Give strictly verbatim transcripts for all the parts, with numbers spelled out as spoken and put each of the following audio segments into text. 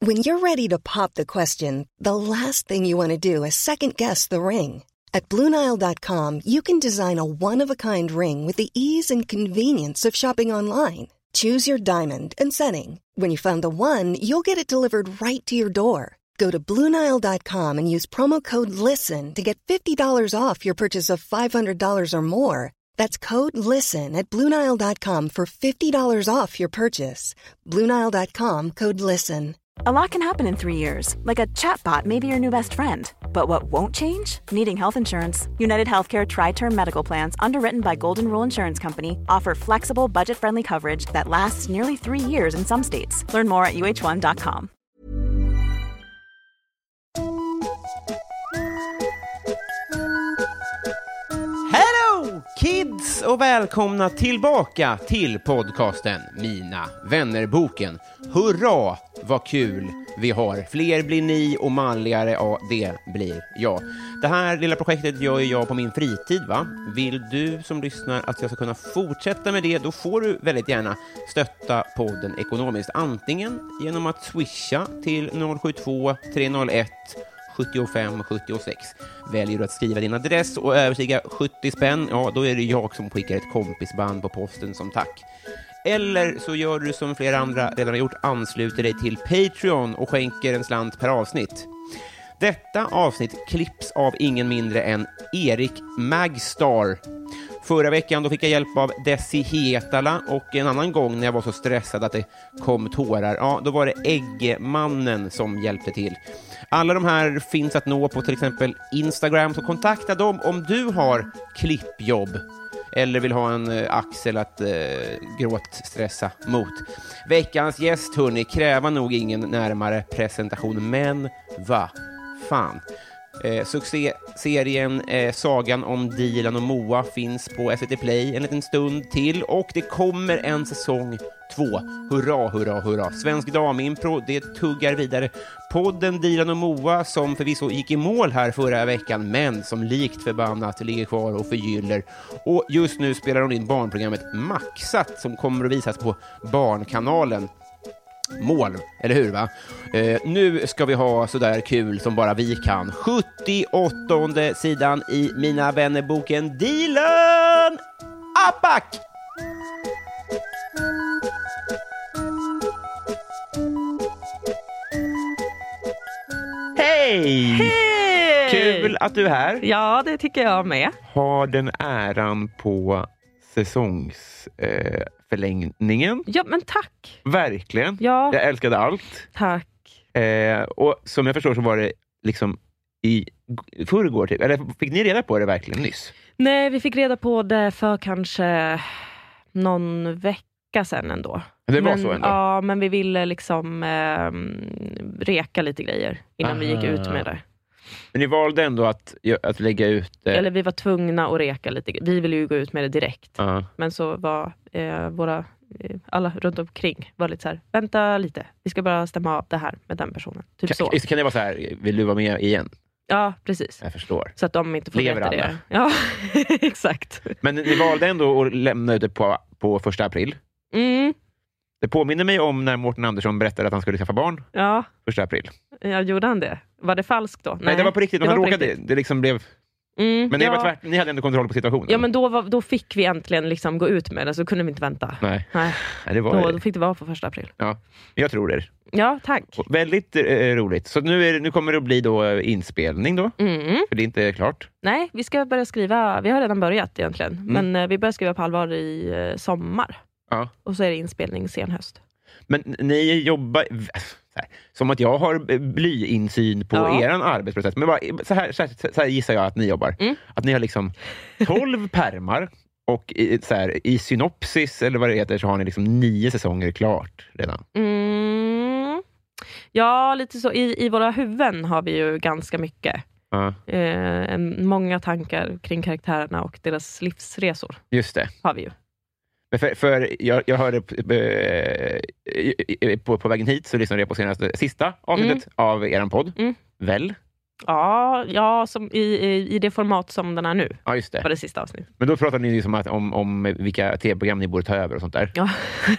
When you're ready to pop the question, the last thing you want to do is second-guess the ring. At Blue Nile dot com, you can design a one-of-a-kind ring with the ease and convenience of shopping online. Choose your diamond and setting. When you find the one, you'll get it delivered right to your door. Go to Blue Nile dot com and use promo code LISTEN to get fifty dollars off your purchase of five hundred dollars or more. That's code LISTEN at Blue Nile dot com for fifty dollars off your purchase. Blue Nile dot com, code LISTEN. A lot can happen in three years, like a chatbot may be your new best friend. But what won't change? Needing health insurance. United Healthcare Tri-Term Medical Plans, underwritten by Golden Rule Insurance Company, offer flexible, budget-friendly coverage that lasts nearly three years in some states. Learn more at U H one dot com. Hello kids och välkomna tillbaka till podcasten Mina vännerboken. Hurra, vad kul vi har. Fler blir ni och manligare, ja det blir jag. Det här lilla projektet gör jag på min fritid, va? Vill du som lyssnar att jag ska kunna fortsätta med det, då får du väldigt gärna stötta podden ekonomiskt. Antingen genom att swisha till noll sju två tre noll ett sjuttiofem sjuttiosex. Väljer du att skriva din adress och överstiga sjuttio spänn, ja då är det jag som skickar ett kompisband på posten som tack. Eller så gör du som flera andra redan har gjort, ansluter dig till Patreon och skänker en slant per avsnitt. Detta avsnitt klipps av ingen mindre än Erik Magstar. Förra veckan då fick jag hjälp av Desi Hetala, och en annan gång när jag var så stressad att det kom tårar, ja då var det Äggmannen som hjälpte till. Alla de här finns att nå på till exempel Instagram, så kontakta dem om du har klippjobb eller vill ha en eh, axel att eh, gråtstressa mot. Veckans gäst, hörni, kräver nog ingen närmare presentation, men va? Fan. Eh, succéserien eh, Sagan om Dilan och Moa finns på S V T Play en liten stund till, och det kommer en säsong två. Hurra, hurra, hurra. Svensk damimpro, det tuggar vidare. Podden Dilan och Moa, som förvisso gick i mål här förra veckan, men som likt förbannat ligger kvar och förgyller. Och just nu spelar hon in barnprogrammet Maxat, som kommer att visas på Barnkanalen. Mål, eller hur va? Eh, nu ska vi ha sådär kul som bara vi kan. sjuttioåttonde sidan i Mina vännerboken, Dilan Apak! Hej! Hej! Kul att du är här. Ja, det tycker jag med. Har den äran på säsongsförlängningen. Eh, förlängningen. Ja, men tack. Verkligen. Ja. Jag älskade allt. Tack. Eh, och som jag förstår så var det liksom i förrgår typ. Eller fick ni reda på det verkligen nyss? Nej, vi fick reda på det för kanske någon vecka sedan ändå. Det var men, så ändå? Ja, men vi ville liksom eh, reka lite grejer innan Aha. vi gick ut med det. Men ni valde ändå att, att lägga ut det? Eller vi var tvungna att reka lite. Vi ville ju gå ut med det direkt. Uh-huh. Men så var eh, våra, eh, alla runt omkring var lite så här, vänta lite. Vi ska bara stämma av det här med den personen. Typ kan, så. Kan det vara så här, vill du vara med igen? Ja, precis. Jag förstår. Så att de inte får Lever veta alla. det. Ja, exakt. Men ni valde ändå att lämna ut det på, på första april. Mm. Det påminner mig om när Mårten Andersson berättade att han skulle skaffa barn. Ja. Första april. Ja, gjorde han det? Var det falskt då? Nej, Nej det var på riktigt. Det, han var råkade, riktigt. det liksom blev... Mm, men det ja. var tvärt, ni hade ändå kontroll på situationen. Ja, men då, var, då fick vi äntligen liksom gå ut med det, så kunde vi inte vänta. Nej. Nej. Nej det var... Då, då fick det vara på första april. Ja, jag tror det. Ja, tack. Och väldigt eh, roligt. Så nu, är, nu kommer det att bli då inspelning då. Mm. För det är inte klart. Nej, vi ska börja skriva. Vi har redan börjat egentligen. Mm. Men eh, vi börjar skriva på allvar i eh, sommar. Ja. Och så är det inspelning sen höst. Men ni jobbar... Här, som att jag har blyinsyn på ja. er arbetsprocess. Men bara, så, här, så, här, så här gissar jag att ni jobbar. Mm. Att ni har liksom tolv permar. Och i, så här, i synopsis eller vad det heter så har ni liksom nio säsonger klart redan. Mm. Ja, lite så. I, I våra huvuden har vi ju ganska mycket. Ja. Eh, många tankar kring karaktärerna och deras livsresor. Just det. Har vi ju. För, för jag, jag hörde äh, på, på vägen hit så lyssnade jag på senaste, sista avsnittet mm. av eran podd. Mm. Väl? Ja, ja som i, i, i det format som den är nu. Ja, just det. På det sista avsnittet. Men då pratar ni liksom att, om, om vilka tv-program ni borde ta över och sånt där. Ja.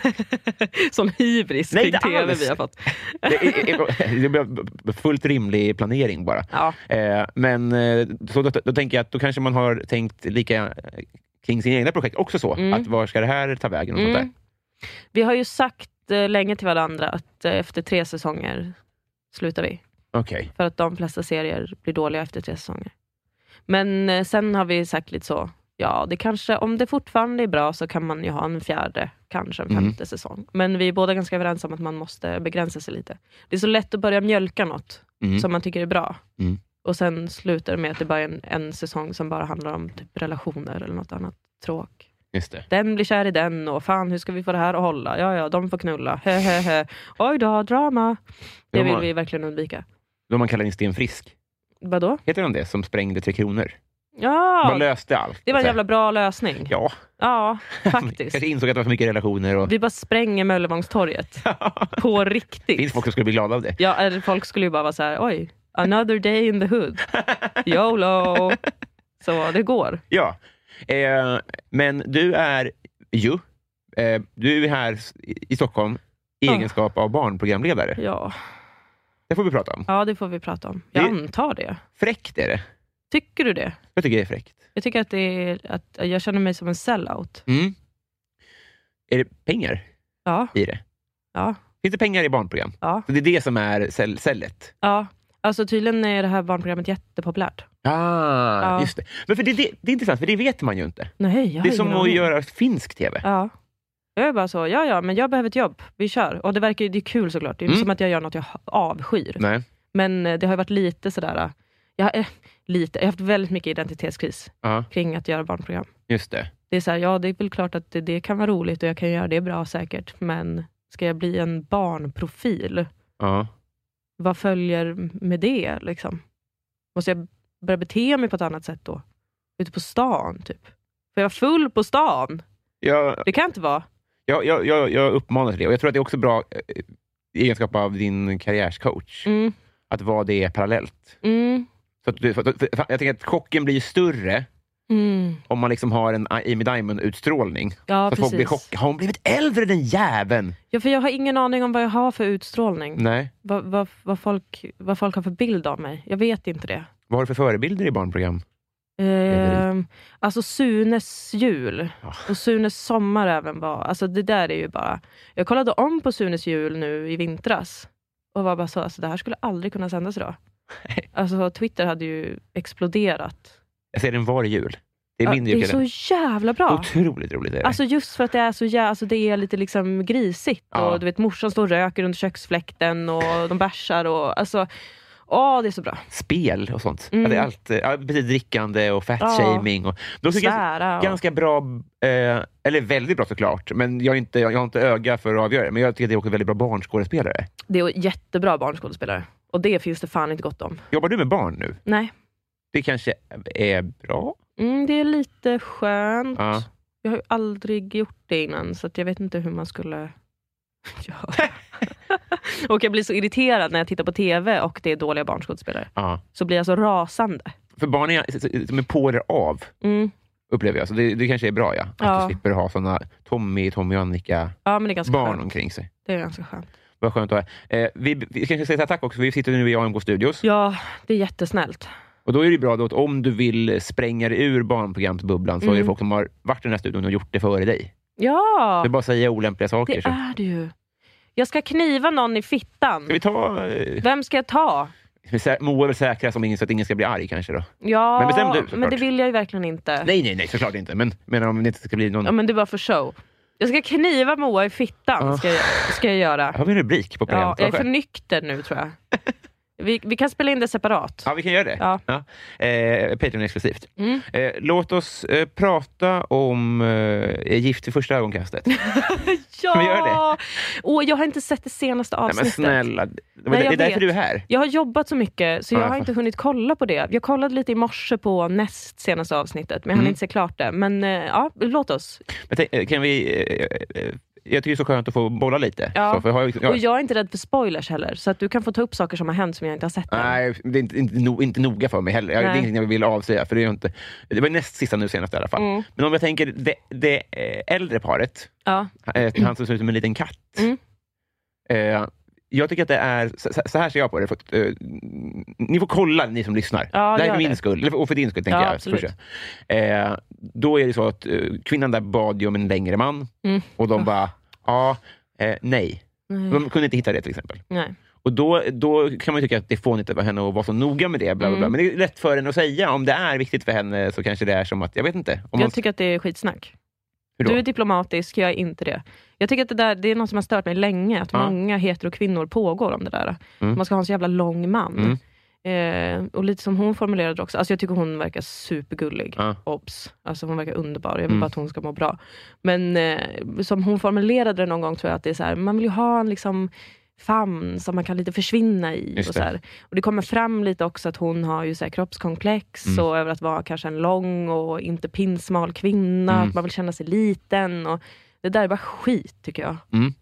Sån hybris Nej, kring tv alls. vi har fått. Det är, det blir fullt rimlig planering bara. Ja. Eh, men eh, så då, då tänker jag att då kanske man har tänkt lika kring sina egna projekt också så. Mm. Att var ska det här ta vägen och Mm. sånt där. Vi har ju sagt eh, länge till varandra att eh, efter tre säsonger slutar vi. Okej. Okay. För att de flesta serier blir dåliga efter tre säsonger. Men eh, sen har vi sagt lite så. Ja, det kanske, om det fortfarande är bra så kan man ju ha en fjärde, kanske en femte mm. säsong. Men vi är båda ganska överens om att man måste begränsa sig lite. Det är så lätt att börja mjölka något mm. som man tycker är bra. Mm. Och sen slutar det med att det bara är en, en säsong som bara handlar om typ relationer eller något annat tråk. Just det. Den blir kär i den och fan, hur ska vi få det här att hålla? Ja, ja, de får knulla. He, he, he. Oj då, drama. Det de vill man, vi verkligen undvika. Då man kallar in Sten Frisk. Vadå? Heter de det som sprängde Tre Kronor? Ja, man löste allt. Det var en jävla bra lösning. Ja. Ja, faktiskt. Kanske insåg att det var för mycket relationer. Och... Vi bara spränger Möllevångstorget. På riktigt. Finns folk som skulle bli glada av det. Ja, eller folk skulle ju bara vara så här: oj, another day in the hood. YOLO. Så det går. Ja. Eh, men du är ju eh, du är här i Stockholm i oh. egenskap av barnprogramledare. Ja. Det får vi prata om. Ja, det får vi prata om. Jag det antar det. Fräckt är det. Tycker du det? Jag tycker det är fräckt. Jag tycker att det är att jag känner mig som en sellout. Mm. Är det pengar ja. i det? Ja. Finns det pengar i barnprogram? Ja. Så det är det som är sell- sället? Ja. Alltså tydligen är det här barnprogrammet jättepopulärt. Ah, ja. Just det. Men för det, det, det är intressant, för det vet man ju inte. Nej, jag det är som att göra finsk tv. Ja. Jag är bara så, ja ja, men jag behöver ett jobb. Vi kör. Och det verkar det är kul såklart. Det är inte mm. som att jag gör något jag avskyr. Nej. Men det har varit lite sådär... Jag, äh, lite, jag har haft väldigt mycket identitetskris uh-huh. kring att göra barnprogram. Just det. Det är så här, ja det är väl klart att det, det kan vara roligt och jag kan göra det bra säkert. Men ska jag bli en barnprofil? Uh-huh. Vad följer med det liksom? Måste jag börja bete mig på ett annat sätt då? Ute på stan typ. För jag var full på stan. Ja, det kan inte vara. Ja, jag, jag, jag uppmanar till det. Och jag tror att det är också bra i egenskap av din karriärscoach. Mm. Att vara det parallellt. Mm. Så att du, för, för, för, jag tänker att chocken blir större mm. om man liksom har en Amy Diamond-utstrålning. Ja, så folk blir chock. Har hon blivit äldre, den jäveln? Ja, för jag har ingen aning om vad jag har för utstrålning. Nej. Vad, vad, vad, folk, vad folk har för bild av mig. Jag vet inte det. Vad har du för förebilder i barnprogram? Eh, alltså Sunes jul oh. och Sunes sommar även var, alltså det där är ju bara, jag kollade om på Sunes jul nu i vintras och var bara så, alltså det här skulle aldrig kunna sändas idag. Alltså Twitter hade ju exploderat. Jag ser den var jul. Det är, ja, min det är så jävla bra. Otroligt roligt är det. Alltså just för att det är så jävla, alltså det är lite liksom grisigt ja. Och du vet morsan står och röker under köksfläkten och de bärsar och alltså åh, det är så bra. Spel och sånt. Mm. Ja, det är allt, ja, drickande och fatshaming. Och, då Svära. Och... Ganska bra, eh, eller väldigt bra såklart. Men jag, är inte, jag har inte öga för att avgöra det. Men jag tycker att det är också väldigt bra barnskådespelare. Det är jättebra barnskådespelare. Och det finns det fan inte gott om. Jobbar du med barn nu? Nej. Det kanske är bra? Mm, det är lite skönt. Ja. Jag har ju aldrig gjort det innan. Så att jag vet inte hur man skulle göra. Och jag blir så irriterad när jag tittar på tv och det är dåliga barnskådespelare. Ja. Så blir jag så rasande. För barn är, som är på eller av, mm. upplever jag. Så det, det kanske är bra, ja. Att ja. du slipper ha såna Tommy, Tommy och Annika ja, men det är ganska barn skönt. Omkring sig. Det är ganska skönt. Vad skönt att ha. Eh, vi, vi kanske säga tack också, för vi sitter nu i A M K Studios. Ja, det är jättesnällt. Och då är det bra då att om du vill spränga dig ur barnprogramsbubblan så mm. är det folk som har varit i den här studion och gjort det före dig. Ja! Det är bara att säga olämpliga saker. Det så. är det ju. Jag ska kniva någon i fittan. Ska vi ta... Eh, Vem ska jag ta? Moa är väl säkra som ingen, så att ingen ska bli arg kanske då. Ja, men bestäm du såklart. Men det vill jag ju verkligen inte. Nej, nej, nej, såklart inte. Men menar om det inte ska bli någon... Ja, men det var för show. Jag ska kniva Moa i fittan, uh. ska, jag, ska jag göra. Har vi en rubrik på programmet? Ja, jag är för nykter nu, tror jag. Vi, vi kan spela in det separat. Ja, vi kan göra det. Ja. Ja. Eh, Patreon exklusivt. Mm. Eh, låt oss eh, prata om eh, Gift vid första ögonkastet. Ja! Vi gör det. Och jag har inte sett det senaste avsnittet. Nej, men snälla. Nej, det är därför vet. du är här. Jag har jobbat så mycket så jag ja, har inte hunnit kolla på det. Jag kollade lite i morse på näst senaste avsnittet, men jag hann mm. inte se klart det. Men ja, låt oss. Men tänk, kan vi... Eh, jag tycker det är så skönt att få bolla lite. Ja. Så, för jag, har, jag, och jag är inte rädd för spoilers heller. Så att du kan få ta upp saker som har hänt som jag inte har sett än. Nej, det är inte, inte, no, inte noga för mig heller. Jag, det är ingenting jag vill avsäga. För det, är inte, det var näst sista nu senast i alla fall. Mm. Men om jag tänker det, det äldre paret. Ja. Han som ser ut som en liten katt. Mm. Eh, jag tycker att det är... Så, så här ser jag på det. För, uh, ni får kolla, ni som lyssnar. Ja, det här är för min det. skull. Och för din skull, tänker ja, jag. Absolut. Eh, då är det så att uh, kvinnan där bad ju om en längre man. Mm. Och de bara, ja, eh, nej. nej. De kunde inte hitta det till exempel. Nej. Och då, då kan man ju tycka att det är fånigt av henne att vara så noga med det. Bla, bla, bla. Mm. Men det är lätt för henne att säga. Om det är viktigt för henne så kanske det är som att, jag vet inte. Om jag man... tycker att det är skitsnack. Du är diplomatisk, jag är inte det. Jag tycker att det, där, det är något som har stört mig länge. Att ja. många heterokvinnor pågår om det där. Mm. Man ska ha en så jävla lång man. Mm. Eh, och lite som hon formulerade också. Alltså jag tycker hon verkar supergullig. Ja. Obs. Alltså hon verkar underbar. Jag vill mm. bara att hon ska må bra. Men eh, som hon formulerade det någon gång tror jag att det är så här. Man vill ju ha en liksom... famn som man kan lite försvinna i och, så här. Och det kommer fram lite också att hon har ju så här kroppskomplex mm. och över att vara kanske en lång och inte pinsmal kvinna, mm. att man vill känna sig liten och det där är bara skit tycker jag. Mm.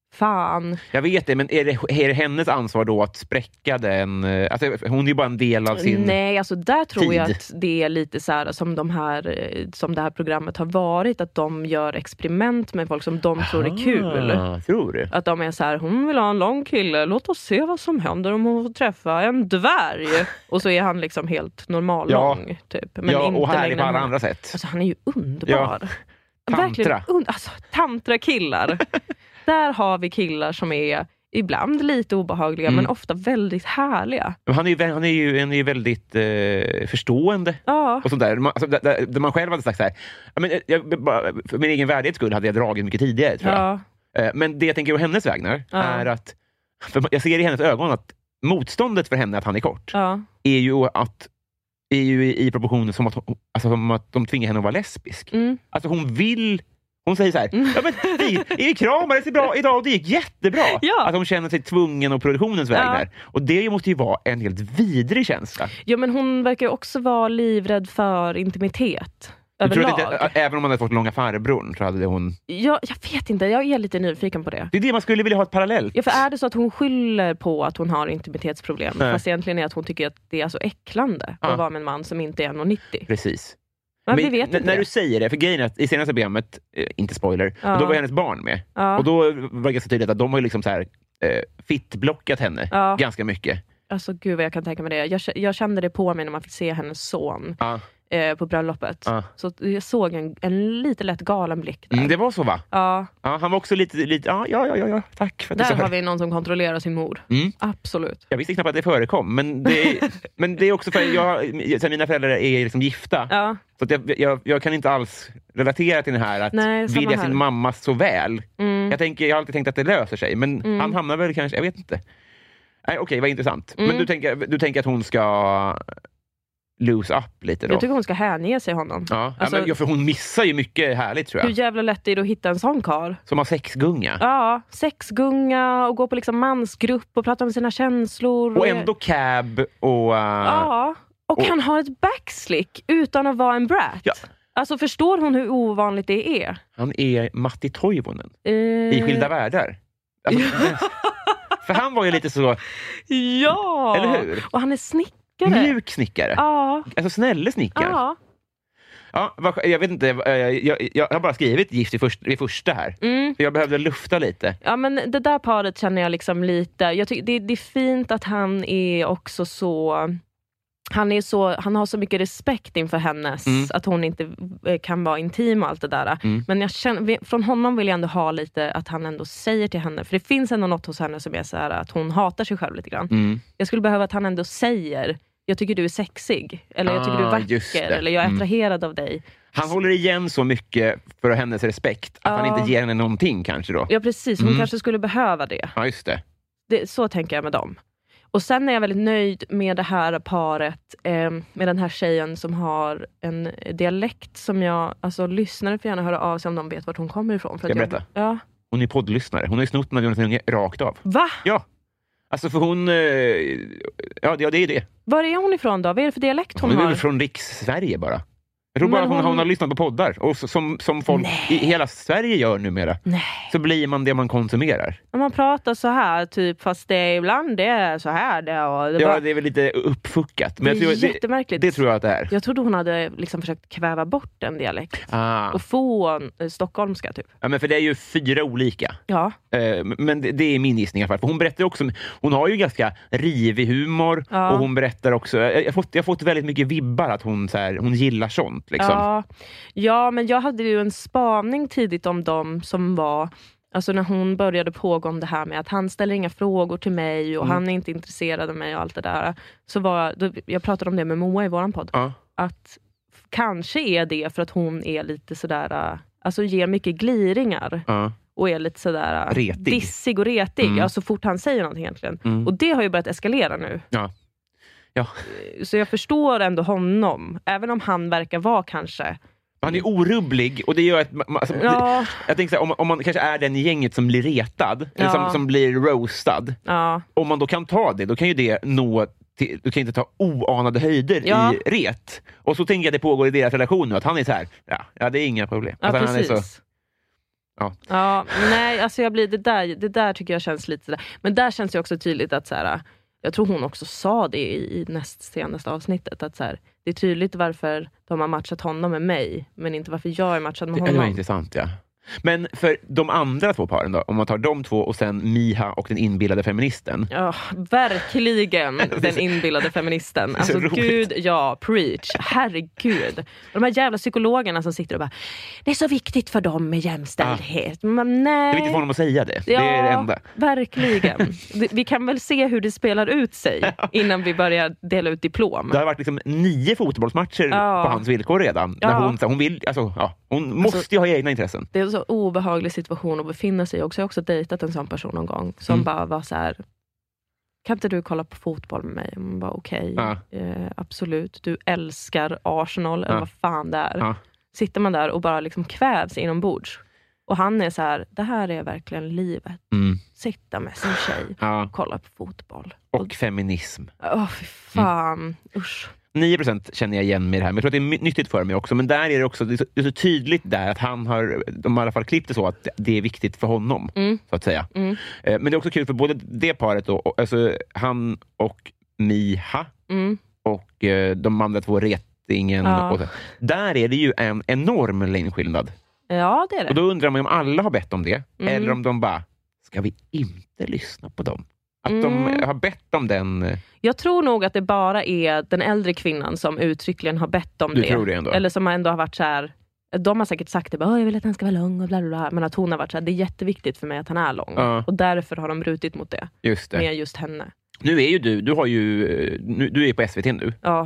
Fan. Jag vet det, men är det, är det hennes ansvar då att spräcka den? Alltså, hon är ju bara en del av sin Nej, alltså där tror tid. jag att det är lite så här som de här som det här programmet har varit, att de gör experiment med folk som de Aha, tror är kul. Tror du? Att de är så här, hon vill ha en lång kille, låt oss se vad som händer om hon får träffa en dvärg. Och så är han liksom helt normal ja. lång typ. Men ja, inte och här är på alla hon... andra sätt. Alltså han är ju underbar. Ja. Tantra. Verkligen und- alltså, tantra-killar. Där har vi killar som är ibland lite obehagliga mm. men ofta väldigt härliga. Han är ju, han är ju, han är ju väldigt eh, förstående. Ja. Och sånt där. Alltså, där, där, där man själv hade sagt så här. Jag, men, jag, bara, för min egen värdighets skull hade jag dragit mycket tidigare tror jag. Ja. Eh, men det jag tänker på hennes vägnar ja. är att för jag ser i hennes ögon att motståndet för henne att han är kort ja. är ju att är ju i, i proportionen som att, alltså, som att de tvingar henne att vara lesbisk. Mm. Alltså hon vill Hon säger så här, mm. ja men vi, vi kramades bra idag och det gick jättebra. Ja. Att hon känner sig tvungen och produktionens vägnar. Ja. Och det måste ju vara en helt vidrig känsla. Ja, men hon verkar ju också vara livrädd för intimitet. Jag tror att inte, även om man hade fått långa farbrorn så hade det hon... Ja, jag vet inte, jag är lite nyfiken på det. Det är det man skulle vilja ha ett parallellt. Ja, för är det så att hon skyller på att hon har intimitetsproblem Nej. fast egentligen är att hon tycker att det är så äcklande ja. att vara med en man som inte är en komma nittio. Precis. Men, men vi vet n- inte när det. du säger det, för grejen är att i senaste programmet, eh, inte spoiler, ja. och då var hennes barn med. Ja. Och då var det ganska tydligt att de har ju liksom så här eh, fittblockat henne ja. ganska mycket. Alltså gud vad jag kan tänka mig det. Jag, jag kände det på mig när man fick se hennes son ja. eh, på bröllopet. Ja. Så jag såg en, en lite lätt galen blick där. Mm, det var så va? Ja. ja. Han var också lite, lite ja, ja, ja, ja, tack för att där du sa har vi någon som kontrollerar sin mor. Mm. Absolut. Jag visste knappt att det förekom, men det, men det är också för att jag, så mina föräldrar är liksom gifta. Ja. Så att jag, jag, jag kan inte alls relatera till det här att Nej, vilja här. sin mamma så väl. Mm. Jag, tänker, jag har alltid tänkt att det löser sig, men mm. han hamnar väl kanske, jag vet inte. Nej, okej, vad intressant. Mm. Men du tänker, du tänker att hon ska lose up lite då? Jag tycker hon ska hänge sig honom. Ja, alltså, ja, men, för hon missar ju mycket härligt tror jag. Hur jävla lätt är det att hitta en sån karl? Som har sexgunga. Ja, sexgunga och gå på liksom mansgrupp och prata om sina känslor. Och ändå cab och... Uh, ja, och, och kan ha ett backslick utan att vara en brat. Ja. Alltså förstår hon hur ovanligt det är? Han är Matti Toivonen uh... i Skilda världar. Alltså, för han var ju lite så... Ja! Eller hur? Och han är snickare. Mjuk snickare. Ja. Alltså snälla snickare. Ja. Ja, jag vet inte, jag, jag har bara skrivit gift i först, i första här. Mm. För jag behövde lufta lite. Ja, men det där paret känner jag liksom lite... Jag tycker det, det är fint att han är också så... Han, är så, han har så mycket respekt inför hennes, mm. att hon inte kan vara intim och allt det där. Mm. Men jag känner, från honom vill jag ändå ha lite att han ändå säger till henne, för det finns ändå något hos henne som är så här att hon hatar sig själv lite grann. Mm. Jag skulle behöva att han ändå säger, jag tycker du är sexig, eller jag tycker ah, du är vacker, eller jag är attraherad mm. av dig. Han håller igen så mycket för hennes respekt att ah. han inte ger henne någonting kanske då. Ja precis, hon mm. kanske skulle behöva det. Ja just det. det. Så tänker jag med dem. Och sen är jag väldigt nöjd med det här paret, eh, med den här tjejen som har en dialekt som jag, alltså lyssnare får gärna höra av sig om de vet vart hon kommer ifrån. För Ska jag att berätta? Jag, ja. Hon är poddlyssnare. Hon har ju snott med Jonas Unge rakt av. Va? Ja. Alltså för hon, eh, ja, ja det är det. Var är hon ifrån då? Vad är det för dialekt hon, hon har? Hon är från Riks-Sverige bara. Jag tror bara Men att hon, hon- hon har lyssnat på poddar. Och så, som, som folk Nej. i hela Sverige gör numera. Nej. Så blir man det man konsumerar. Om man pratar så här, typ, fast det är ibland det är så här. Det, och det, Ja, bara, det är väl lite uppfuckat. Men det är jag tror, det, jättemärkligt. det tror jag att det är. Jag trodde hon hade liksom försökt kväva bort en dialekt. Ah. Och få en eh, stockholmska typ. Ja, men för det är ju fyra olika. Ja. Eh, men det, det är min gissning i alla fall. För hon berättar också, hon har ju ganska rivig humor. Ja. Och hon berättar också, jag har fått, jag har fått väldigt mycket vibbar att hon, så här, hon gillar sånt. Liksom. Ja. ja, men jag hade ju en spaning tidigt om dem som var... Alltså när hon började pågå om det här med att han ställer inga frågor till mig och Mm. han är inte intresserad av mig och allt det där. Så var, då, jag pratade om det med Moa i våran podd. Ja. Att f- kanske är det för att hon är lite sådär... Alltså ger mycket gliringar. Ja. Och är lite sådär Retig. dissig och retig. Mm. Ja, så fort han säger någonting egentligen. Mm. Och det har ju börjat eskalera nu. Ja. Ja. Så jag förstår ändå honom. Även om han verkar vara kanske... Han är orubblig och det gör att man, alltså, Ja. det, jag tänker så här, om, man- om man kanske är den i gänget som blir retad eller Ja. som, som blir roastad, Ja. om man då kan ta det, då kan ju det nå till, du kan inte ta oanade höjder Ja. i ret. Och så tänker jag att det pågår i deras relation nu, att han är så här, ja, ja det är inga problem. Ja, Att han precis. är så, ja. Ja, nej, alltså jag blir, det, där, det där tycker jag känns lite sådär. Men där känns det också tydligt att så här, jag tror hon också sa det i, i näst senaste avsnittet, att så här, det är tydligt varför de har matchat honom med mig, men inte varför jag är matchad med Det, det var honom. intressant, ja. Men för de andra två paren då, om man tar de två och sen Miha och den inbillade feministen. Ja, verkligen den inbillade feministen. så Alltså roligt. gud, ja, preach. Herregud. Och de här jävla psykologerna som sitter och bara, det är så viktigt för dem med jämställdhet. Men nej. Det är viktigt för honom att säga det. Ja, Det är det enda. verkligen. Det- Vi kan väl se hur det spelar ut sig innan vi börjar dela ut diplom. Det har varit liksom nio fotbollsmatcher Ja. på hans villkor redan. Ja. När hon, så, hon, vill, alltså, ja, hon måste ju ha egna intressen. Det är en så obehaglig situation att befinna sig i också. Jag har också dejtat en sån person någon gång som Mm. bara var så här: kan inte du kolla på fotboll med mig? Och man bara okej, Ja. eh, absolut. Du älskar Arsenal eller Ja. vad fan det är. Ja. Sitter man där och bara liksom kvävs inombords. Och han är så här: det här är verkligen livet. Mm. Sitta med sin tjej Ja. och kolla på fotboll. Och feminism. Åh fy fan, usch. nio procent känner jag igen mig i det här, men jag tror att det är my- nyttigt för mig också. Men där är det också, det är så, det är så tydligt där att han har, de har i alla fall klippt det så att det är viktigt för honom, Mm. så att säga. Mm. Eh, Men det är också kul för både det paret då, och- alltså han och Miha Mm. och eh, de andra två retingen. Ja. Och så. Där är det ju en enorm längdskillnad. Ja, det är det. Och då undrar man om alla har bett om det, Mm. eller om de bara, ska vi inte lyssna på dem? Att Mm. de har bett om den... eh, Jag tror nog att det bara är den äldre kvinnan som uttryckligen har bett om Du det. tror det ändå? Eller som ändå har varit så här. De har säkert sagt det, bara, jag vill att han ska vara lång och bla bla bla. Men att hon har varit så här, det är jätteviktigt för mig att han är lång. Ja. Och därför har de brutit mot det. Just det. Med just henne. Nu är ju du, du har ju, eh, nu, du är på S V T nu. Ja,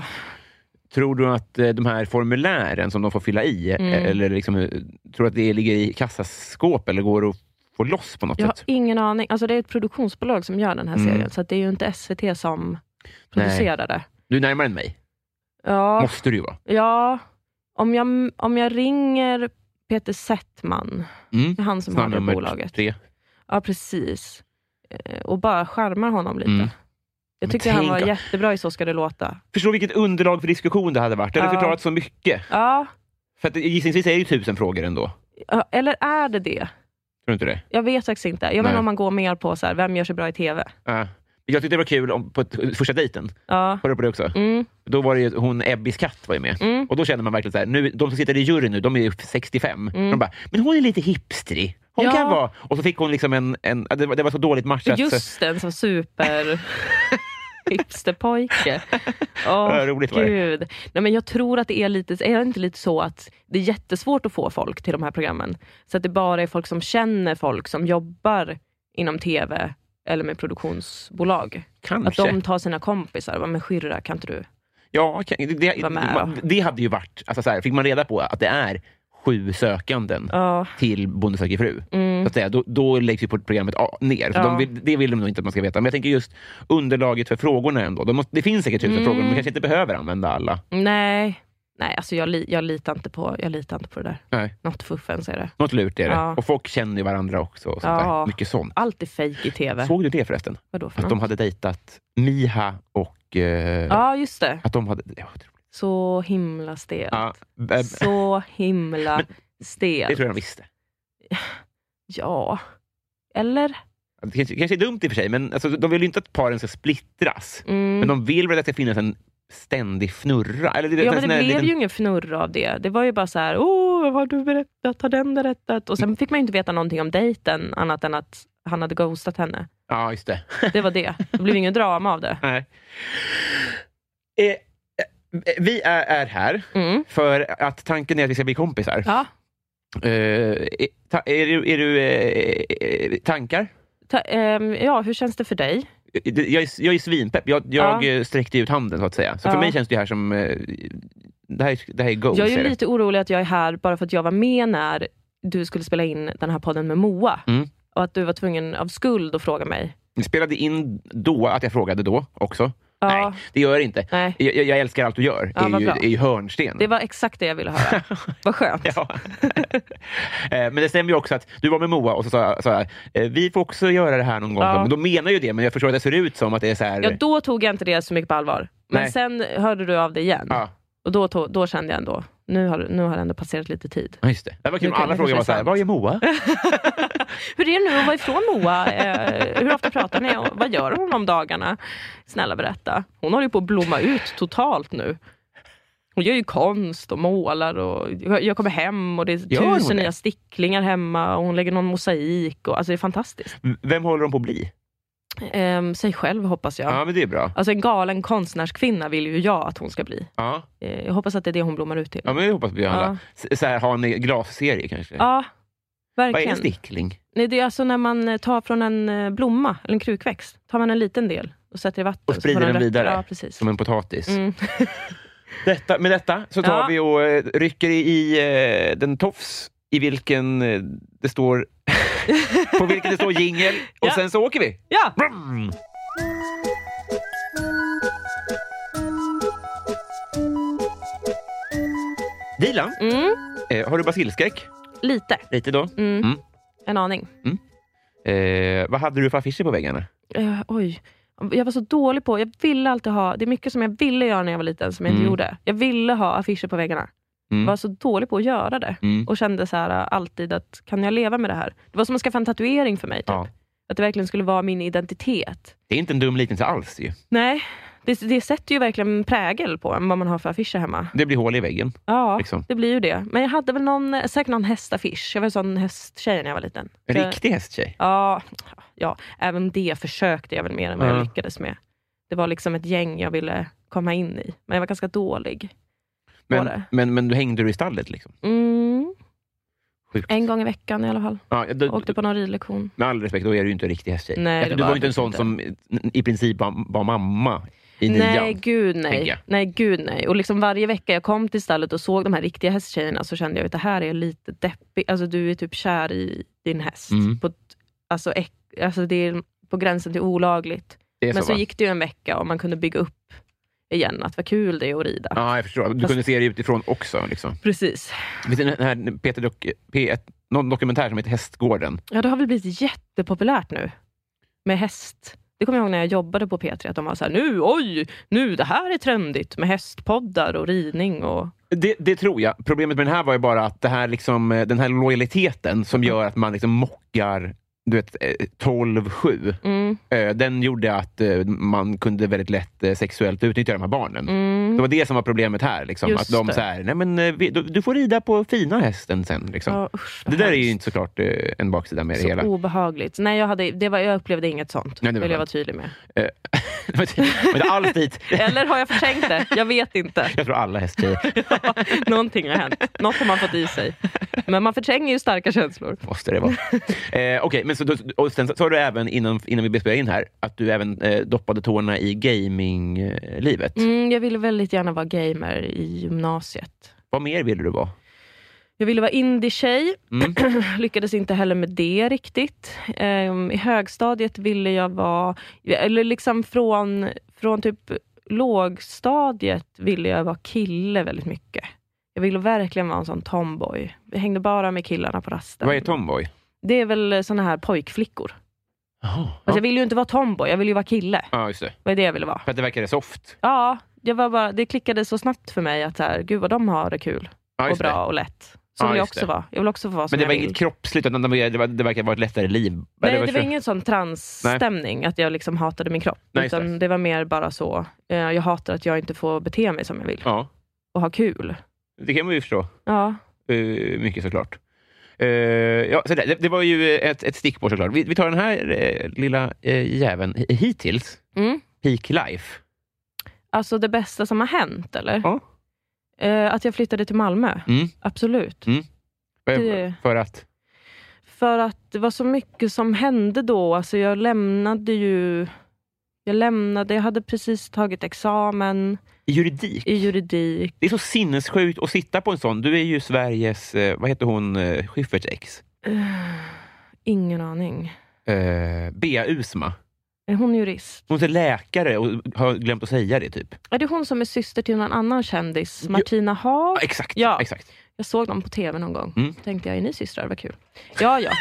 Tror du att eh, de här formulären som de får fylla i, Mm. eh, eller liksom, eh, tror du att det ligger i kassaskåp eller går att få loss på något jag har sätt? ingen aning. Alltså det är ett produktionsbolag som gör den här Mm. serien. Så att det är ju inte S V T som producerar det. Du är närmare än mig. Ja, Måste du ju vara. ja. Om, jag, om jag ringer Peter Settman, Mm. det är han som Snarare har det nummer bolaget. tre. Ja, precis. Eh, Och bara skärmar honom lite. Mm. Jag Men tyckte han tänk var att- jättebra i Så ska det låta. Förstå vilket underlag för diskussion det hade varit. Det hade Ja. förklarat så mycket. Ja, För att gissningsvis är det ju tusen frågor ändå. ja, eller är det det? Tror du inte det? Jag vet faktiskt inte. Jag vet Nej. inte om man går mer på så här, vem gör sig bra i tv. Ja. Jag tyckte det var kul om, på ett, första dejten. Ja, Var du på det också? mm, Då var det ju, hon Ebbis katt var ju med. mm. Och då känner man verkligen så här, nu, de som sitter i juryn nu, de är ju sextiofem. Mm. De bara, men hon är lite hipstrig. Hon Ja. kan vara... Och så fick hon liksom en... en det, var, det var så dåligt matchat. Just den som super hipsterpojke. Åh, Ja, roligt var det. gud. Nej, men jag tror att det är lite, är det inte lite så att det är jättesvårt att få folk till de här programmen. Så att det bara är folk som känner folk som jobbar inom tv eller med produktionsbolag. Kanske. Att de tar sina kompisar. Vad med Skyrra, kan inte du? Ja, kan- det, det, Var med man, det hade ju varit... Alltså så här, fick man reda på att det är sju sökanden Ja. till Bonde söker fru, Mm. så att säga, då, då läggs ju på programmet a, ner. Så Ja. de vill, det vill de nog inte att man ska veta. Men jag tänker just underlaget för frågorna ändå. De måste, det finns säkert tusen Mm. frågor, men man kanske inte behöver använda alla. Nej, Nej alltså jag, li, jag, litar inte på, jag litar inte på det där. Nej. Något fuffens är det. Något lurt är det. Ja. Och folk känner ju varandra också. Och sånt Ja. där. Mycket sånt. Allt är fake i tv. Såg du det förresten? Vadå för Att något? de hade dejtat Miha och... Eh, Ja, just det. Att de hade... Ja, Så himla stelt. Ja. Äh, Så himla Men, stelt. det tror jag de visste. Ja. Eller? Det kanske, kanske är dumt i och för sig, men alltså, de vill ju inte att paren ska splittras. Mm. Men de vill väl att det ska finnas en ständig fnurra. Eller det, Ja, men det blev liten... ju ingen fnurra av det. Det var ju bara så här, åh, vad har du berättat? Har den berättat? Och sen fick man ju inte veta någonting om dejten, annat än att han hade ghostat henne. Ja, just det. Det var det. Det blev ingen drama av det. Nej. Eh, vi är, är här Mm. för att tanken är att vi ska bli kompisar. Ja. Eh, är, ta, är du, är du eh, tankar? Ta, ehm, ja, hur känns det för dig? Jag är, jag är svinpepp. Jag, jag Ja. sträckte ut handen så att säga. Så Ja. för mig känns det här som eh, det här, det här är goals. Jag är ju det. lite orolig att jag är här bara för att jag var med när du skulle spela in den här podden med Moa. Mm. Och att du var tvungen av skuld att fråga mig. Ni spelade in då, att jag frågade då också. Ja. Nej, det gör jag inte. Nej. Jag, jag älskar allt du gör. Ja, Det är, vad ju, bra. är ju hörnsten. Det var exakt det jag ville höra. Vad skönt. Ja. Eh, Men det stämmer ju också att du var med Moa och så sa sa jag, eh, vi får också göra det här någon gång. Ja. Men då menar ju det, men jag förstår att det ser ut som att det är så här. Ja, då tog jag inte det så mycket på allvar. Men Nej. sen hörde du av det igen. Ja. Och då, tog, då kände jag ändå, nu har, nu har det ändå passerat lite tid. Ja, just det. Det var kul Nu om kan- alla det frågor var kanske så är här, sant. vad är Moa? Hur är det nu att vara ifrån Moa? Eh, hur ofta pratar ni? Och vad gör hon om dagarna? Snälla berätta. Hon håller ju på att blomma ut totalt nu. Hon gör ju konst och målar och jag jag kommer hem och det är Gör hon tusen det? nya sticklingar hemma och hon lägger någon mosaik och alltså det är fantastiskt. Vem håller de på att bli? Ehm, sig själv hoppas jag. Ja, men det är bra. Alltså en galen konstnärskvinna vill ju jag att hon ska bli. Ja, Eh, jag hoppas att det är det hon blommar ut till. ja men det hoppas vi alla. S- Så här, ha en glasserie kanske. Ja, Vad är verkligen. en stickling? Nej, det är alltså när man tar från en eh, blomma eller en krukväxt. Tar man en liten del och sätter i vatten. Och så sprider får den rötter. vidare? Ja, precis. Som en potatis. Mm. Detta, med detta så tar Ja. vi och eh, rycker i, i eh, den tofs i vilken eh, det står på vilken det står jingel och Ja. sen så åker vi. Ja! Brum! Dilan, Mm. eh, har du basilskräck? Lite. Lite då? Mm. Mm. En aning. Eh, vad hade du för affischer på väggarna? Eh, oj. Jag var så dålig på, jag ville alltid ha, det är mycket som jag ville göra när jag var liten som jag inte Mm. gjorde. Jag ville ha affischer på väggarna. Mm. Jag var så dålig på att göra det. Mm. Och kände så här uh, alltid att, kan jag leva med det här? Det var som att skaffa en tatuering för mig. Typ. Ja. Att det verkligen skulle vara min identitet. Det är inte en dum liknelse alls ju. Nej, det, det sätter ju verkligen prägel på vad man har för affischer hemma. Det blir hål i väggen. Ja, Liksom. det blir ju det. Men jag hade väl någon, säkert någon hästaffisch. Jag var en sån hästtjej när jag var liten. En Så jag- riktig hästtjej. Ja, ja, även det försökte jag väl mer än vad Ja. jag lyckades med. Det var liksom ett gäng jag ville komma in i. Men jag var ganska dålig på Men, det. men, men du hängde du i stallet liksom? Mm, Sjukt. en gång i veckan i alla fall. Ja, då, Åkte på någon ridlektion. med all respekt, då är du ju inte en riktig hästtjej. Nej, Efter, det du var var ju inte en det sån inte. som i princip var, var mamma i nian. Nej, gud tänker nej. jag. Nej, gud nej. Och liksom varje vecka jag kom till stallet och såg de här riktiga hästtjejerna så kände jag att det här är lite deppigt. Alltså du är typ kär i din häst. Mm. På, ett- alltså, äck, alltså det är på gränsen till olagligt. Det är Men så, så va? gick det ju en vecka och man kunde bygga upp igen att vad kul det är att rida. Ja, jag förstår. Du Fast- kunde se det utifrån också. Liksom. Precis. Finns det den här Peter Dok- P ett, någon dokumentär som heter Hästgården? Ja, det har väl blivit jättepopulärt nu. Med häst. Det kommer jag ihåg när jag jobbade på P tre. Att de var så här, nu, oj, nu, det här är trendigt. Med hästpoddar och ridning och... Det, det tror jag. Problemet med den här var ju bara att det här liksom, eh, den här lojaliteten som gör att man liksom mockar du vet, eh, tolv sju. Mm, Eh, Den gjorde att eh, man kunde väldigt lätt eh, sexuellt utnyttja de här barnen. mm. Det var det som var problemet här. Liksom. Just Att de det. så här, nej men eh, vi, du, du får rida på fina hästen sen. Liksom. Ja, usch, vad Det där är ju hemskt. inte såklart eh, en baksida med det Så hela. obehagligt. Nej, jag, hade, det var, jag upplevde inget sånt. Nej, det var vill jag vara skönt. tydlig med. Eh, men det är allt dit. Eller har jag förträngt det? Jag vet inte. Jag tror alla hästtjejer Någonting har hänt. Något har man fått i sig. Men man förtränger ju starka känslor. måste det vara. Eh, Okej, men så, då- och sen sa du även innan, innan vi började spela in här att du även eh, doppade tårna i gaminglivet. Mm, jag ville väldigt gärna vara gamer i gymnasiet. Vad mer ville du vara? Jag ville vara indie-tjej. Mm. Lyckades inte heller med det riktigt. Ehm, I högstadiet ville jag vara... Eller liksom från, från typ lågstadiet ville jag vara kille väldigt mycket. Jag ville verkligen vara en sån tomboy. Vi hängde bara med killarna på rasten. Vad är tomboy? Det är väl såna här pojkflickor. Jaha. Alltså, jag ville ju inte vara tomboy, jag ville ju vara kille. Ja, just det. Vad är det jag ville vara? För att det verkar soft. Ja, jag var bara, det klickade så snabbt för mig att så här, gud vad de har det kul Ja, och bra det. och lätt. Så Ja, vill jag just också det. vara. Jag vill också få vara som Men det jag var vill. inget kroppsligt, utan det, var, det, var, det verkar vara ett lättare liv. Nej, det var, det var ingen sån transstämning att jag liksom hatade min kropp. Nej, just utan det. det var mer bara så, eh, jag hatar att jag inte får bete mig som jag vill. Ja, Och ha kul. det kan man ju förstå. Ja. Uh, mycket såklart. Uh, ja, så det, det var ju ett, ett stickspår såklart. Vi, vi tar den här uh, lilla uh, jäveln hittills. Mm. Peak life. Alltså det bästa som har hänt, eller? Ja. Eh, att jag flyttade till Malmö. Mm. Absolut. Mm. Det- För att... För att det var så mycket som hände då. Alltså jag lämnade ju... Jag lämnade, jag hade precis tagit examen I juridik. i juridik. Det är så sinnessjukt att sitta på en sån. Du är ju Sveriges, eh, vad heter hon, eh, Schyfferts ex? Uh, ingen aning. Eh, Bea Usma. Är hon jurist? Hon är läkare och har glömt att säga det typ. Är det hon som är syster till någon annan kändis? Jo. Martina Haag? Ja, exakt. Ja. exakt. Jag såg dem på tv någon gång. Mm. Tänkte jag, är ni systrar? Vad kul. Ja, ja.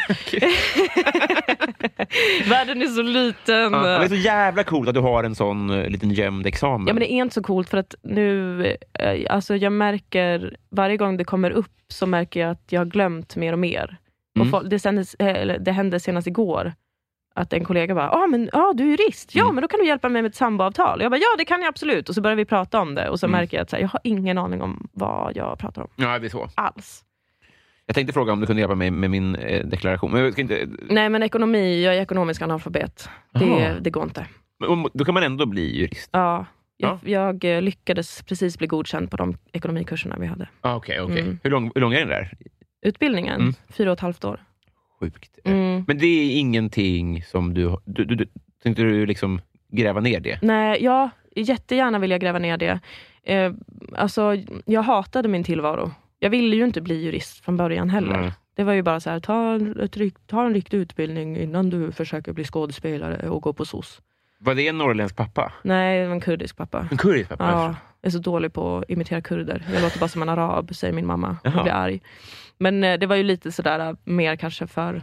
Världen är så liten. Ja, men det är så jävla coolt att du har en sån uh, liten gömd examen. Ja, men det är inte så coolt för att nu, eh, alltså jag märker, varje gång det kommer upp så märker jag att jag har glömt mer och mer. Mm. Och folk, det, sändes, eller, det hände senast igår att en kollega bara, ah, men ah, du är jurist, ja Mm. men då kan du hjälpa mig med ett samboavtal. Jag bara, ja det kan jag absolut. Och så börjar vi prata om det och så Mm. märker jag att så här, jag har ingen aning om vad jag pratar om. Ja, det är så. Alls. Jag tänkte fråga om du kunde hjälpa mig med min eh, deklaration. Men jag ska inte... Nej men ekonomi, jag är ekonomisk analfabet. Det, Aha. det går inte. Men Då kan man ändå bli jurist. Ja, jag, Ja. jag eh, lyckades precis bli godkänd på de ekonomikurserna vi hade. Ah, Okej, okej. Mm. Hur, lång, hur lång är den där? Utbildningen, Mm. fyra och ett halvt år. Sjukt. Mm. Men det är ingenting som du... du, du, du tänkte du liksom gräva ner det? Nej, ja, jättegärna vill jag gräva ner det. Eh, alltså, jag hatade min tillvaro. Jag ville ju inte bli jurist från början heller. Mm. Det var ju bara så här, ta, ett, rikt- ta en riktig utbildning innan du försöker bli skådespelare och gå på S O S. Var det en norrländsk pappa? Nej, det var en kurdisk pappa. En kurdisk pappa? Ja, jag är så dålig på att imitera kurder. Jag låter bara som en arab, säger min mamma. Hon Jaha. blir arg. Men eh, det var ju lite sådär eh, mer kanske för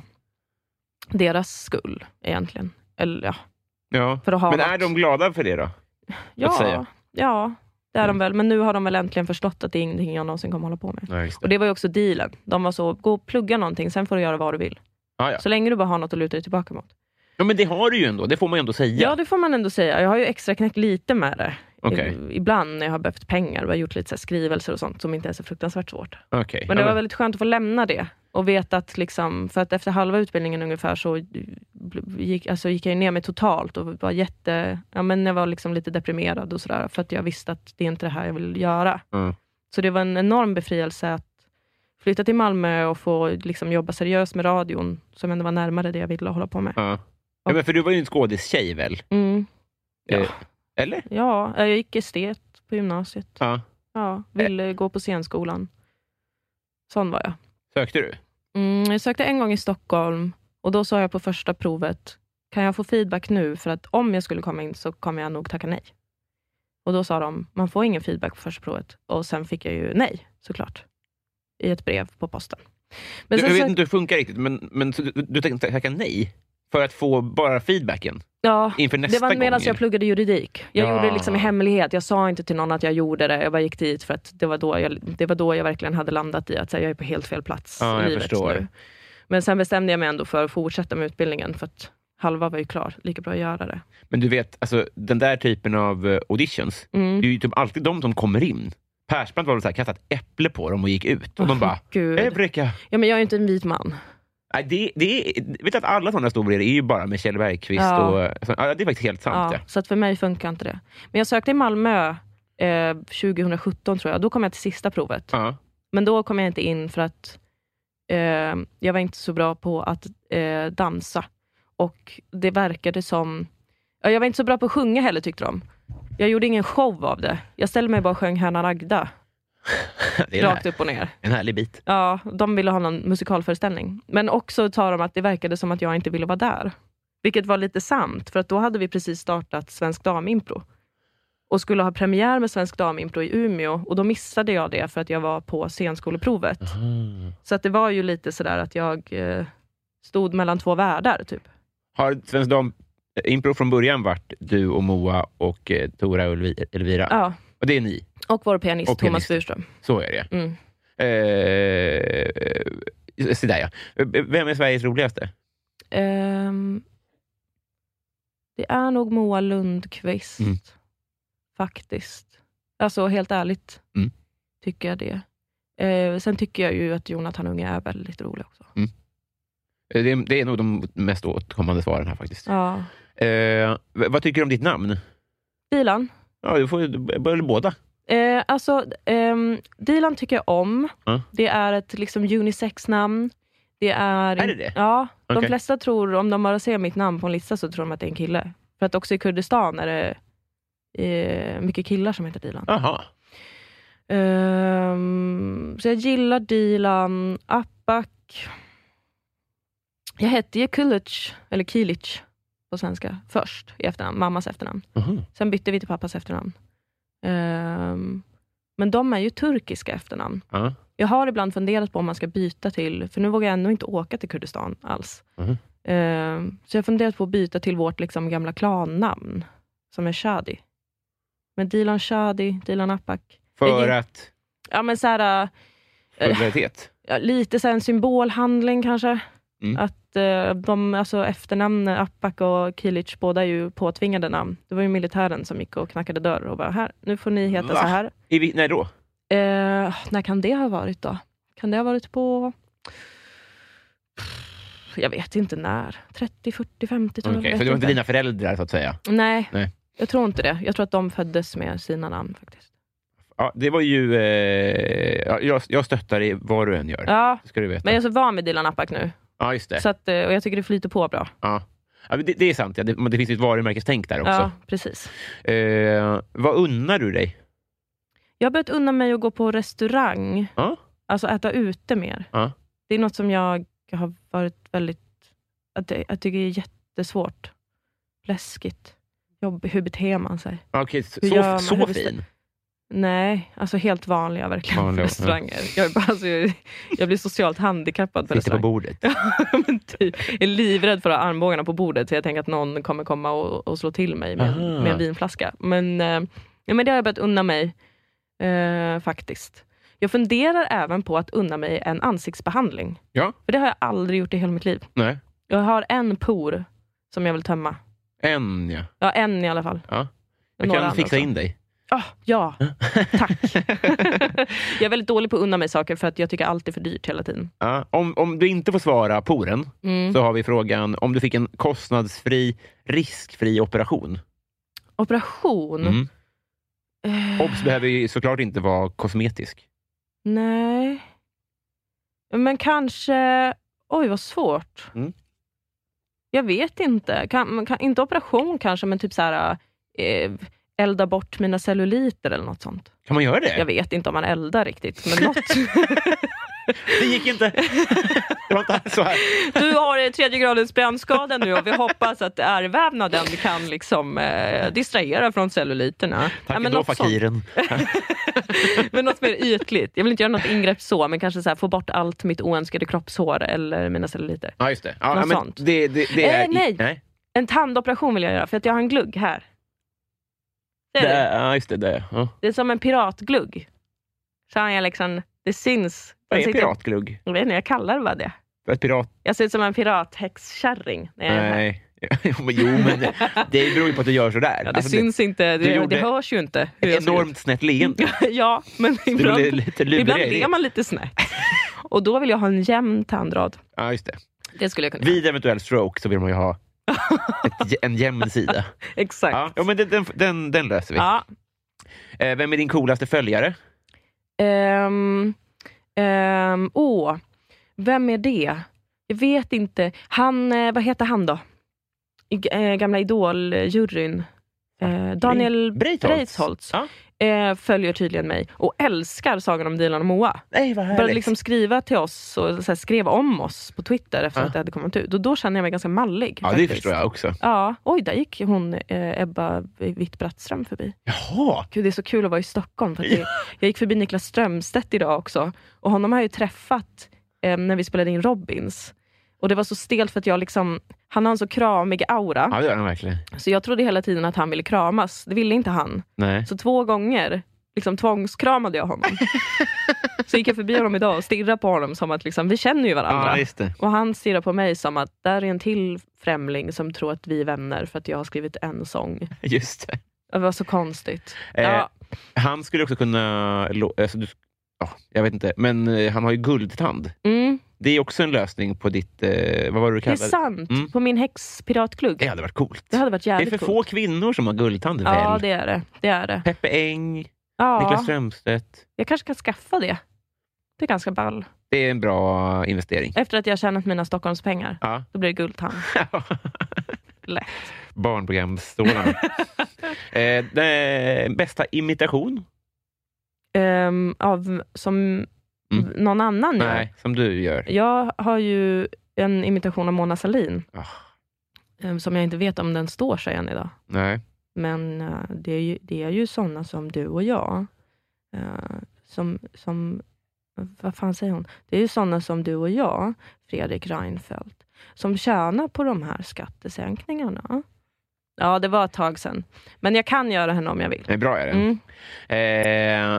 deras skull egentligen. Eller ja, Ja. för att ha Men är varit- de glada för det då? ja, säga? ja, det är Mm. de väl. Men nu har de väl äntligen förstått att det är ingenting jag någonsin kommer hålla på med. Ja, just Och det var ju också dealen. De var så, gå och plugga någonting, sen får du göra vad du vill. Ah, ja. Så länge du bara har något att luta dig tillbaka mot. ja, men det har du ju ändå. Det får man ju ändå säga. Ja, det får man ändå säga. Jag har ju extra knäckt lite med det. Okej. I- Ibland när jag har behövt pengar och har gjort lite så här skrivelser och sånt som inte är så fruktansvärt svårt. Okej. Men det Ja, var väldigt skönt att få lämna det. Och veta att liksom, för att efter halva utbildningen ungefär så gick, alltså gick jag ner mig totalt och var jätte, ja men jag var liksom lite deprimerad och sådär. För att jag visste att det är inte det här jag vill göra. Mm. Så det var en enorm befrielse att flytta till Malmö och få liksom jobba seriöst med radion. Som ändå var närmare det jag ville hålla på med. Ja. Ja, men för du var ju en skådistjej väl? Mm. Ja. Eh, Eller? Ja, jag gick estet på gymnasiet. Ja. Ja, ville gå på scenskolan. Sån var jag. Sökte du? Mm, jag sökte en gång i Stockholm och då sa jag på första provet, kan jag få feedback nu? För att om jag skulle komma in så kommer jag nog tacka nej. Och då sa de, man får ingen feedback på första provet. Och sen fick jag ju nej, såklart. I ett brev på posten. Men Du, sen jag vet så- inte hur det funkar riktigt, men, men så du, du tänkte tacka nej för att få bara feedbacken Ja, inför nästa det var gång? medan jag eller? pluggade juridik. Jag Ja. gjorde det liksom i hemlighet. Jag sa inte till någon att jag gjorde det. Jag bara gick dit för att det var då jag, det var då jag verkligen hade landat i att så här, jag är på helt fel plats Ja, i jag livet förstår. nu. Men sen bestämde jag mig ändå för att fortsätta med utbildningen för att halva var ju klar. Lika bra att göra det. Men du vet, alltså, den där typen av uh, auditions, Mm. det är ju typ alltid de som kommer in. Persbrandt var väl så här, kastat äpple på dem och gick ut. Och de bara, Gud. Eureka! Ja, men jag är inte en vit man. Nej, det, det är, vet du att alla sådana historier är ju bara med Kjell Bergqvist Ja. och... Alltså, ja, det är faktiskt helt sant. Ja, Ja. så att för mig funkar inte det. Men jag sökte i Malmö eh, tjugohundrasjutton tror jag. Då kom jag till sista provet. Ja. Men då kom jag inte in för att eh, jag var inte så bra på att eh, dansa. Och det verkade som... Ja, jag var inte så bra på att sjunga heller tyckte de. Jag gjorde ingen show av det. Jag ställde mig bara och sjöng Härnan Agda. Det är en, Rakt här, upp och ner. en härlig bit. Ja, de ville ha någon musikalföreställning. Men också tar de att det verkade som att jag inte ville vara där. Vilket var lite sant. För att då hade vi precis startat Svensk Damimpro. Och skulle ha premiär med Svensk Damimpro i Umeå. Och då missade jag det för att jag var på scenskoleprovet. Så att det var ju lite sådär att jag eh, stod mellan två världar typ. Har Svensk Dam Impro från början varit du och Moa och eh, Tora och Elvi- Elvira? Ja, Och det är ni? Och vår pianist, och Thomas pianist. Furström. Så är det. Mm. Eh, så där ja. Vem är Sveriges roligaste? Um, det är nog Moa Lundqvist. Mm. Faktiskt. Alltså helt ärligt mm. tycker jag det. Eh, sen tycker jag ju att Jonathan Unge är väldigt rolig också. Mm. Det, är, det är nog de mest återkommande svaren här faktiskt. Ja. Eh, vad tycker du om ditt namn? Dilan. Ja, du får börja båda. Eh, alltså, ehm, Dilan tycker jag om. Mm. Det är ett liksom unisex-namn. Det är... Är det det? Ja, de Okay. flesta tror, om de bara ser mitt namn på en lista så tror de att det är en kille. För att också i Kurdistan är det eh, mycket killar som heter Dilan. Aha. Um, så jag gillar Dilan, Apak. Jag hette ju Kulic, eller Kilic på svenska, först i efternamn, mammas efternamn. Uh-huh. Sen bytte vi till pappas efternamn. Um, men de är ju turkiska efternamn. Uh-huh. Jag har ibland funderat på om man ska byta till, för nu vågar jag ändå inte åka till Kurdistan alls. Uh-huh. Um, så jag har funderat på att byta till vårt liksom gamla klannamn, som är Shadi. Men Dilan Shadi, Dilan Apak. För jag, att... Ja, men så här... Popularitet. Ja, lite så här en symbolhandling kanske. Mm. Att eh, de, alltså efternamn, Apak och Kilic, båda är ju påtvingade namn. Det var ju militären som gick och knackade dörr och bara, här, nu får ni heta Va? så här. I, vi- när då? Eh, när kan det ha varit då? Kan det ha varit på... Jag vet inte när. trettio, fyrtio, femtio tal. Okej, Jag för vet det var inte inte. dina föräldrar så att säga. Nej, Nej. jag tror inte det. Jag tror att de föddes med sina namn faktiskt. Ja, det var ju... Eh, ja, jag, jag stöttar i vad du än gör. Ja, Ska du veta. men jag är så van med Dilan Apak nu. Ja, just det. Så att, eh, och jag tycker det flyter på bra. Ja. Ja, men det, det är sant, ja. det, men det finns ju ett varumärkestänk där också. Ja, precis. Eh, vad unnar du dig? Jag har börjat unna mig att gå på restaurang. Ja. Alltså äta ute mer. Ja. Det är något som jag har varit väldigt... Att det, jag tycker det är jättesvårt. Läskigt. Jobb, hur beter man sig? Okej, så, Hur gör man? så Hur bestäm- fin. Nej, alltså helt vanliga verkligen Vanliga, restauranger. Jag, är bara, alltså, jag, jag blir socialt handikappad på Sitter på restaurang. bordet. Ja, men typ. Jag är livrädd för att ha armbågarna på bordet, så jag tänker att någon kommer komma och, och slå till mig med, Aha. med en vinflaska. Men, eh, ja, men det har jag börjat unna mig eh, faktiskt. Jag funderar även på att unna mig en ansiktsbehandling. Ja. För det har jag aldrig gjort i hela mitt liv. Nej. Jag har en por som jag vill tömma. En, ja. Ja, en i alla fall. ja. Och Jag några kan andra fixa också. in dig. Ah, ja, tack. Jag är väldigt dålig på att unna mig saker för att jag tycker allt är för dyrt hela tiden. Ja. Om, om du inte får svara poren Mm. så har vi frågan om du fick en kostnadsfri, riskfri operation. Operation? Mm. Eh, Obs behöver ju såklart inte vara kosmetisk. nej. Men kanske... Oj, vad svårt. Mm. Jag vet inte. Kan, kan, inte operation kanske, men typ så här... Eh, elda bort mina celluliter eller något sånt. Kan man göra det? Jag vet inte om man eldar riktigt, men något. Det gick inte. Det var inte alls så här. Du har tredje gradens brännskada nu och vi hoppas att ärrvävnaden kan liksom eh, distrahera från celluliterna. Tack ja, men ändå, något sånt. fakiren. Men något mer ytligt. Jag vill inte göra något ingrepp så, men kanske så här, få bort allt mitt oönskade kroppshår eller mina celluliter. Ja, just det. Ja, Något men sånt. Det, det, det är... Eh, nej. nej. En tandoperation vill jag göra, för att jag har en glugg här. Det är, Det det. är, ja, just det. det. Ja. Det är som en piratglugg. Så har jag liksom, det syns. Vad är Den sitter- piratglugg? Jag vet inte, jag kallar det bara det. För ett pirat... Jag ser ut som en pirathäxkärring när jag är här. Nej. Jo, men det, det beror ju på att du gör sådär. Ja, det Alltså, syns inte, du det, gjorde det hörs ju inte. Hur Ett jag ser ut. enormt snett leende. Ja, men Du ibland, blev lite lurig ibland i det. ler man lite snett. Och då vill jag ha en jämn tandrad. Ja, just det. Det skulle jag kunna Vid eventuell stroke så vill man ju ha ett, en jämn sida. Exakt. Ja, ja men den, den, den, den löser vi. Ja. Eh, vem är din coolaste följare? Ehm, ehm, åh, vem är det? Jag vet inte. Han, eh, vad heter han då? I, eh, gamla Idol-juryn. Eh, Daniel Breitholtz. Breitholtz. Ja. Eh, följer tydligen mig och älskar Sagan om Dilan och Moa. Nej, vad Började liksom skriva till oss och så här, skrev om oss på Twitter efter Ja. att det hade kommit ut. Och då kände jag mig ganska mallig. Ja, det faktiskt. förstår jag också. Ja, oj, där gick hon eh, Ebba Witt-Brattström förbi. Jaha! Gud, det är så kul att vara i Stockholm. För att det, jag gick förbi Niklas Strömstedt idag också. Och honom har jag ju träffat eh, när vi spelade in Robins. Och det var så stelt för att jag liksom... Han har en så kramig aura. Ja, det gör han verkligen. Så jag trodde hela tiden att han ville kramas. Det ville inte han. Nej. Så två gånger liksom tvångskramade jag honom. Så gick jag förbi honom idag och stirrade på honom som att liksom, vi känner ju varandra. Ja, just det. Och han stirrar på mig som att där är en till främling som tror att vi är vänner för att jag har skrivit en sång. Just det. Det var så konstigt. Eh, ja. Han skulle också kunna... Alltså, du, ja, jag vet inte, men eh, han har ju guldtand. Mm. Det är också en lösning på ditt... Eh, vad var det du kallade? Det är sant. Mm. På min häxpiratklugg. Det hade varit coolt. Det hade varit Det är jävligt för coolt. få kvinnor som har guldtand, Ja, väl? det är det. Det är det. Peppe Eng, Ja, Niklas Strömstedt. jag kanske kan skaffa det. Det är ganska ball. Det är en bra investering. Efter att jag har tjänat mina Stockholmspengar, Ja. då blir det guldtand. Lätt. Barnprogramstålarna. eh, det, bästa imitation? Um, av som Mm. någon annan gör. Nej, som du gör. Jag har ju en imitation av Mona Sahlin. Ah, um, som jag inte vet om den står sig än idag. nej. Men uh, det är ju, det är ju sådana som du och jag. Uh, som, som, vad fan säger hon? Det är ju sådana som du och jag, Fredrik Reinfeldt, som tjänar på de här skattesänkningarna. Ja, det var ett tag sedan. Men jag kan göra henne om jag vill. Det är bra, är det. Mm. Eh,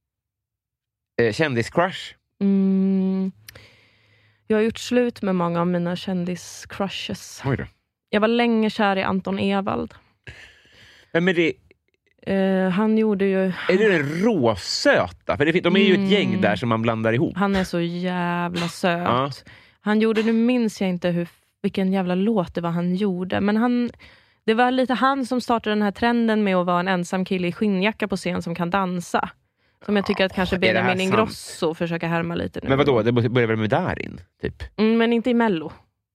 eh, kändiscrush? Mm. Jag har gjort slut med många av mina kändiscrushes. Oj då. Jag var länge kär i Anton Ewald. Men det, Uh, han gjorde ju... är det den råsöta? För det, de är ju Mm. ett gäng där som man blandar ihop. Han är så jävla söt. Ja. Han gjorde, nu minns jag inte hur, vilken jävla låt det var han gjorde. Men han, det var lite han som startade den här trenden med att vara en ensam kille i skinnjacka på scen som kan dansa. Som jag tycker att kanske är det här Benjamin sant? Ingrosso försöker härma lite nu. Men vadå? Det börjar väl med Darin, typ? Mm, men inte i Mello.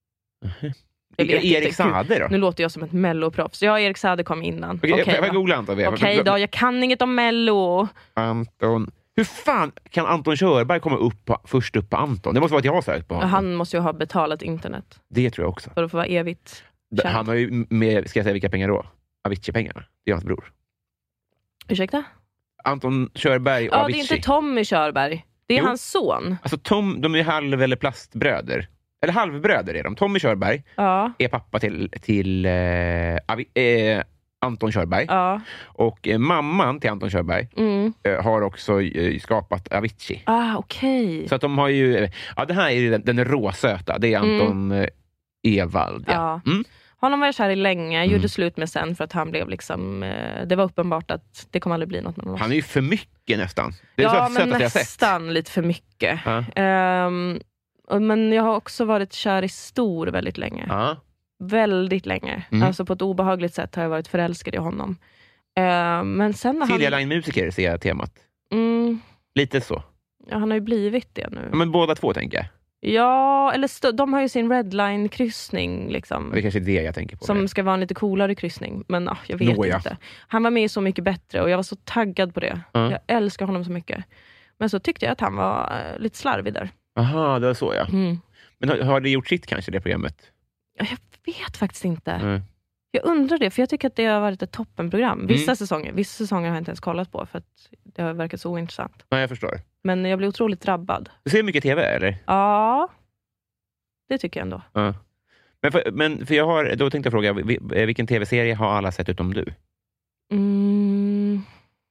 Jag vet Erik inte. Saade då? Nu låter jag som ett Mello-proffs. Ja, Erik Saade kom innan. Okej, Okej okay, jag då. googla Anton. Okej då, jag kan inget om Mello. Anton. Hur fan kan Anton Körberg komma upp på, först upp på Anton? Det måste vara att jag har sökt på honom. Han måste ju ha betalat internet Det tror jag också. för att få vara evigt känd. Han har ju med, ska jag säga vilka pengar då? Avicii-pengarna. Det är hans bror. Ursäkta? Anton Körberg och Ja, Avicii. det är inte Tommy Körberg. Det är Jo. hans son. Alltså Tom, de är halv- eller plastbröder. Eller halvbröder är de. Tommy Körberg Ja, är pappa till, till eh, Avi, eh, Anton Körberg. ja. Och eh, mamman till Anton Körberg Mm. eh, har också eh, skapat Avicii. Ah, okej. Så att de har ju... eh, Ja, det här är ju den, den råsöta. Det är Anton eh, Ewald. Ja. Ja. Mm. Honom var jag kär i länge. Mm. Gjorde slut med sen för att han blev liksom... Eh, det var uppenbart att det kommer aldrig bli något med honom. Han är ju för mycket nästan. Det är ja, så men sötaste jag sett. nästan lite för mycket. Ja. Ehm, och- men jag har också varit kär i Stor väldigt länge. Ja. Väldigt länge. Mm. Alltså på ett obehagligt sätt har jag varit förälskad i honom. Ehm, men sen när Silja han... Line-musiker ser jag temat. Mm, Lite så. ja, han har ju blivit det nu. Ja, men båda två tänker jag. Ja, eller st- de har ju sin redline-kryssning liksom. Det kanske är det jag tänker på. Som ska vara en lite coolare kryssning. Men ah, jag vet Nåja. inte. Han var med i Så mycket bättre och jag var så taggad på det. Ja. Jag älskar honom så mycket. Men så tyckte jag att han var eh, lite slarvig där. Aha, det var så ja. Mm. Men har, har det gjort sitt kanske, det programmet? Jag vet faktiskt inte. Mm. Jag undrar det, för jag tycker att det har varit ett toppenprogram. Vissa Mm. säsonger vissa säsonger har jag inte ens kollat på för att det har verkat så ointressant. Nej, jag förstår. Men jag blir otroligt drabbad. Du ser mycket tv, eller? Ja, det tycker jag ändå. Ja. Men, för, men för jag har, då tänkte jag fråga, vi- vilken tv-serie har alla sett utom du? Mm.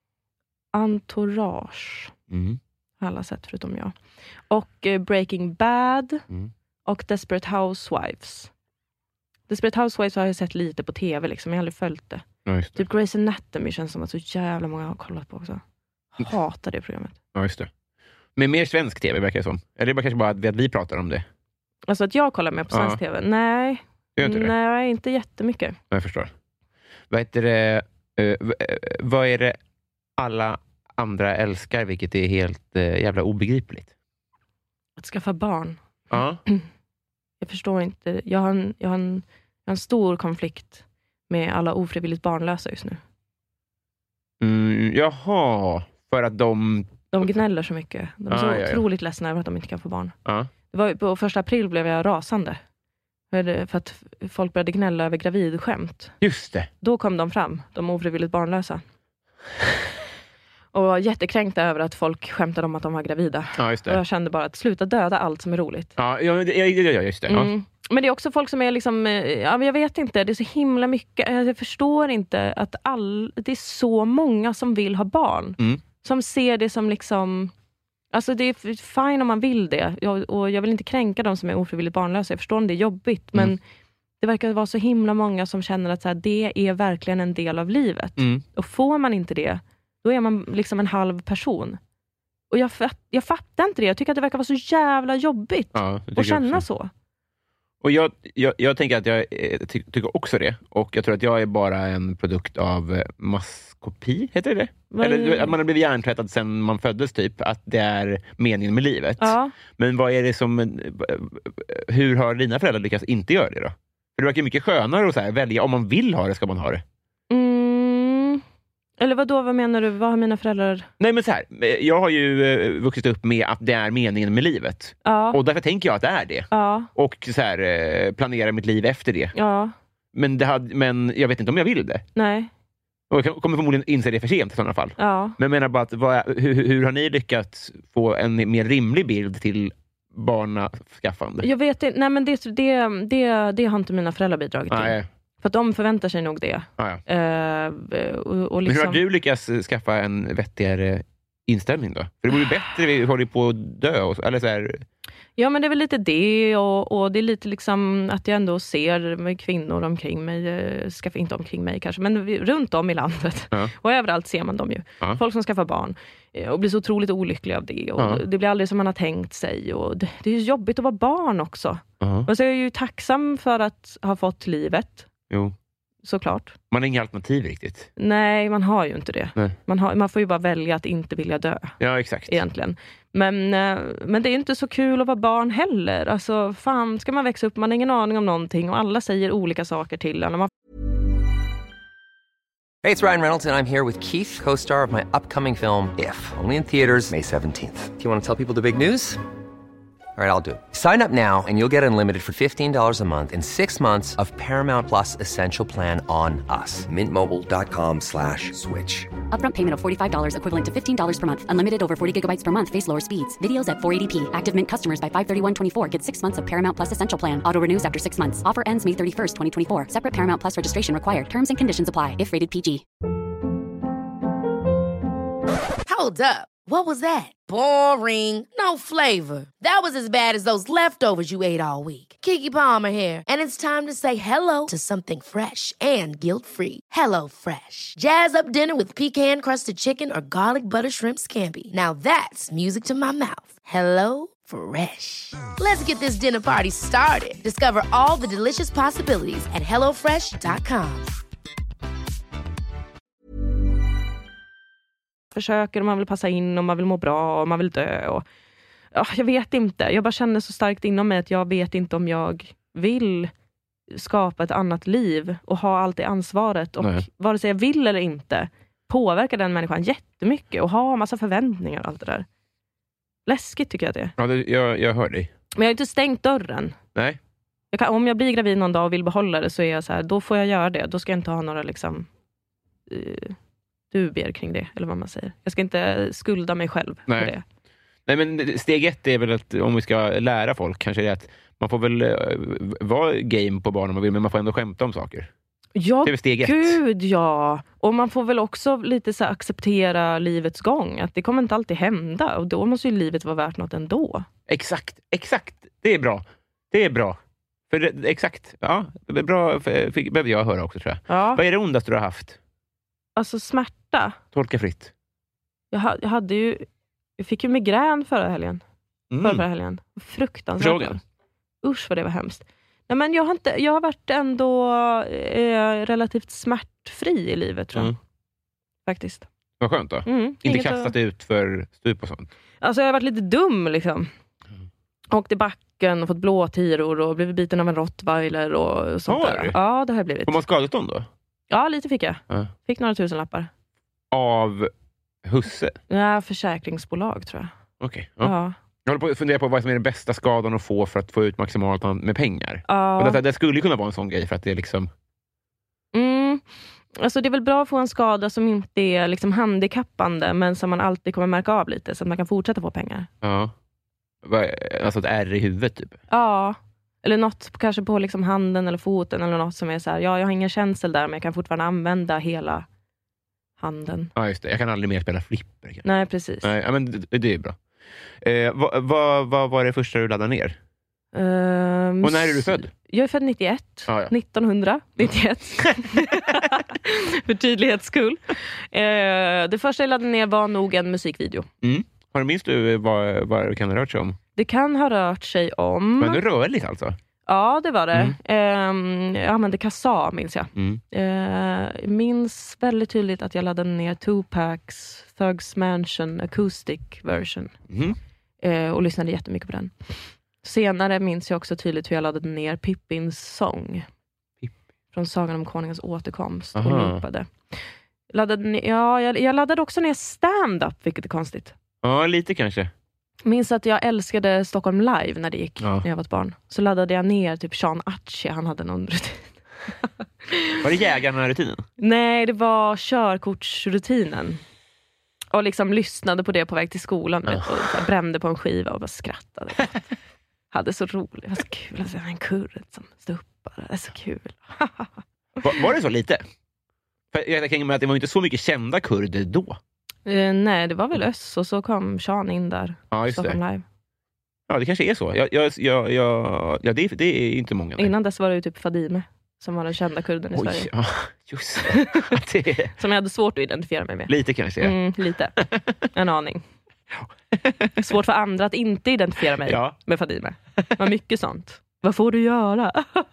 Entourage Mm. har alla sett förutom jag. Och eh, Breaking Bad Mm. och Desperate Housewives. Desperate Housewives har jag sett lite på tv liksom, jag har aldrig följt det. Ja, just det. Typ Grey's Anatomy känns som att så jävla många har kollat på också. Hatar det programmet. Ja, just det. Men mer svensk tv verkar det som. Eller det är bara kanske bara att vi, att vi pratar om det. Alltså att jag kollar mer på svensk Ja. tv? Nej. Det gör inte det? Nej, inte jättemycket. Jag förstår. Vad heter det? eh, v- eh, vad är det alla andra älskar, vilket är helt eh, jävla obegripligt? Att skaffa barn. Ja. Jag förstår inte. Jag har en, jag har en, jag har en stor konflikt med alla ofrivilligt barnlösa just nu. Mm, jaha, för att de... De gnäller så mycket. De är Ah, så ja, ja. otroligt ledsna över att de inte kan få barn. Ja. Det var, på första april blev jag rasande. För det- för att folk började gnälla över gravidskämt. Just det. Då kom de fram, de ofrivilligt barnlösa. Och var jättekränkta över att folk skämtade om att de var gravida. Ja, just Och det. jag kände bara att sluta döda allt som är roligt. Ja, ja, ja, ja, ja, just det. Ja. Mm. Men det är också folk som är liksom, eh, ja, men jag vet inte, det är så himla mycket. Jag förstår inte att all, det är så många som vill ha barn. Mm. som ser det som liksom... Alltså det är fine om man vill det. Jag, och jag vill inte kränka de som är ofrivilligt barnlösa. Jag förstår om det är jobbigt. Mm. Men det verkar vara så himla många som känner att så här, det är verkligen en del av livet. Mm. Och får man inte det, då är man liksom en halv person. Och jag, jag fattar inte det. Jag tycker att det verkar vara så jävla jobbigt ja, att känna så. Och jag, jag, jag tänker att jag ty, tycker också det. Och jag tror att jag är bara en produkt av maskopi, heter det det? Eller att man har blivit hjärntvättad sedan man föddes typ. Att det är meningen med livet. Ja. Men vad är det som... Hur har dina föräldrar lyckats inte göra det då? För det verkar mycket skönare att så här, välja. Om man vill ha det ska man ha det. Mm. Eller vad då? Vad menar du? Vad har mina föräldrar... Nej men så här, jag har ju uh, vuxit upp med att det är meningen med livet. Ja. Och därför tänker jag att det är det. Ja. Och så här, uh, planera mitt liv efter det. Ja. Men, det hade, men jag vet inte om jag vill det. Nej. Och jag kommer förmodligen inse det för sent i sådana fall. Ja. Men jag menar bara, att, vad, hur, hur har ni lyckats få en mer rimlig bild till barnaskaffande? Jag vet inte, nej men det, det, det, det har inte mina föräldrar bidragit till. Nej. För att de förväntar sig nog det. Ah, ja. uh, och, och liksom... Men hur har du lyckats skaffa en vettigare inställning då? För det vore ju bättre, vi håller på att dö. Och så, eller så här... Ja men det är väl lite det. Och, och det är lite liksom att jag ändå ser kvinnor omkring mig. Skaffar inte omkring mig kanske. Men runt om i landet. Ja. Och överallt ser man dem ju. Ja. Folk som skaffar barn. Och blir så otroligt olyckliga av det. Och ja. Det blir aldrig som man har tänkt sig. Och det, det är jobbigt att vara barn också. Ja. Och så är jag ju tacksam för att ha fått livet. Jo. Såklart. Man har inga alternativ riktigt. Nej, man har ju inte det. Man, har, man får ju bara välja att inte vilja dö. Ja, exakt. Egentligen. Men, men det är inte så kul att vara barn heller. Alltså, fan, ska man växa upp, man har ingen aning om någonting. Och alla säger olika saker till en. Man... Hey, it's Ryan Reynolds and I'm here with Keith, co-star of my upcoming film, If, only in theaters May seventeenth. Do you want to tell people the big news? All right, I'll do it. Sign up now and you'll get unlimited for fifteen dollars a month and six months of Paramount Plus Essential Plan on us. Mint Mobile dot com slash switch. Upfront payment of forty-five dollars equivalent to fifteen dollars per month. Unlimited over forty gigabytes per month. Face lower speeds. Videos at four eighty p. Active Mint customers by five thirty-one twenty-four get six months of Paramount Plus Essential Plan. Auto renews after six months. Offer ends May thirty-first, twenty twenty-four. Separate Paramount Plus registration required. Terms and conditions apply if rated P G. Hold up. What was that? Boring. No flavor. That was as bad as those leftovers you ate all week. Keke Palmer here. And it's time to say hello to something fresh and guilt-free. Hello Fresh. Jazz up dinner with pecan-crusted chicken or garlic butter shrimp scampi. Now that's music to my mouth. Hello Fresh. Let's get this dinner party started. Discover all the delicious possibilities at hello fresh dot com. Försöker om man vill passa in, om man vill må bra, om man vill dö. Och, ja, jag vet inte. Jag bara känner så starkt inom mig att jag vet inte om jag vill skapa ett annat liv och ha allt det ansvaret. Och Nej. Vare sig jag vill eller inte påverkar den människan jättemycket och ha massa förväntningar och allt det där. Läskigt tycker jag det. Ja, det, jag, jag hör dig. Men jag har inte stängt dörren. Nej. Jag kan, om jag blir gravid någon dag och vill behålla det så är jag så här, då får jag göra det. Då ska jag inte ha några liksom... Uh, du ber kring det, eller vad man säger. Jag ska inte skulda mig själv Nej. för det. Nej, men steg ett är väl att om vi ska lära folk kanske det är att man får väl uh, vara game på barn om man vill, men man får ändå skämta om saker. Ja, det är steg ett. Gud ja. Och man får väl också lite så acceptera livets gång. Att det kommer inte alltid hända. Och då måste ju livet vara värt något ändå. Exakt, exakt. Det är bra. Det är bra. För det, exakt, ja. Det är bra, för, för, behöver jag höra också tror jag. Ja. Vad är det ondaste du har haft? Alltså smärta. Tolka fritt. Jag, jag hade ju... Jag fick ju migrän förra helgen. Mm. Förra, förra helgen. Fruktansvärt. Usch vad det var hemskt. Nej, men jag har, inte, jag har varit ändå eh, relativt smärtfri i livet tror jag. Mm. Faktiskt. Vad skönt då. Mm, inte kastat att... ut för stup och sånt. Alltså jag har varit lite dum liksom. Mm. Åkt i backen och fått blåtiror och blivit biten av en rottweiler och sånt har där. Du? Ja, det har jag blivit. Får man skadestånd då? Ja, lite fick jag. Mm. Fick några tusen lappar. Av husse? Ja, försäkringsbolag tror jag. Okej. Okay. Ja. Ja. Jag håller på att fundera på vad som är den bästa skadan att få för att få ut maximalt med pengar. Ja. Och det, det skulle kunna vara en sån grej för att det är liksom... Mm. Alltså det är väl bra att få en skada som inte är liksom handikappande men som man alltid kommer märka av lite så att man kan fortsätta få pengar. Ja. Alltså ett ärr i huvudet typ? Ja. Eller något kanske på liksom handen eller foten eller något som är så här, ja jag har ingen känsel där men jag kan fortfarande använda hela handen. Ja, just det. Jag kan aldrig mer spela flipper. Kanske. Nej, precis. Nej, ja, men det, det är bra. Eh, vad, vad, vad var det första du laddade ner? Um, Och när är du född? Jag är född nittioett. Ah, ja. nittonhundranittioett. För tydlighets skull. Eh, det första jag laddade ner var nog en musikvideo. Mm. Har du minst du vad, vad det kan ha rört sig om? Det kan ha rört sig om... Men det är rörligt alltså? Ja, det var det. Mm. Eh, jag använde Kazaa, minns jag. Mm. Eh, minns väldigt tydligt att jag laddade ner Tupacs Thugs Mansion Acoustic version. Mm. Eh, och lyssnade jättemycket på den. Senare minns jag också tydligt hur jag laddade ner Pippins sång. Pippi. Från Sagan om konungens återkomst. Aha. Och loopade. Laddade ner, ja, jag, jag laddade också ner stand-up, vilket är konstigt. Ja, lite kanske. Minns att jag älskade Stockholm Live när det gick, Ja. när jag var ett barn. Så laddade jag ner typ Sean Atche, han hade någon rutin. Var det jägarna-rutinen? Nej, det var körkortsrutinen. Och liksom lyssnade på det på väg till skolan. Ja. Vet, och så här, brände på en skiva och bara skrattade. Hade så roligt, det var så kul att se en kurd som stuppade. Det är så kul. Var, var det så lite? För jag tänker mig att det var inte så mycket kända kurder då. Eh, nej, det var väl Öss och så kom Sean in där. Ja, just Stockholm det. Live. Ja, det kanske är så. Jag, jag, jag, jag, ja, det, är, det är inte många. Nej. Innan dess var det ju typ Fadime som var den kända kurden i Oj, Sverige. ja, just det. det är, Som jag hade svårt att identifiera mig med. lite kanske. Ja. Mm, lite. En aning. Svårt för andra att inte identifiera mig Ja. med Fadime. Det var mycket sånt. Vad får du göra?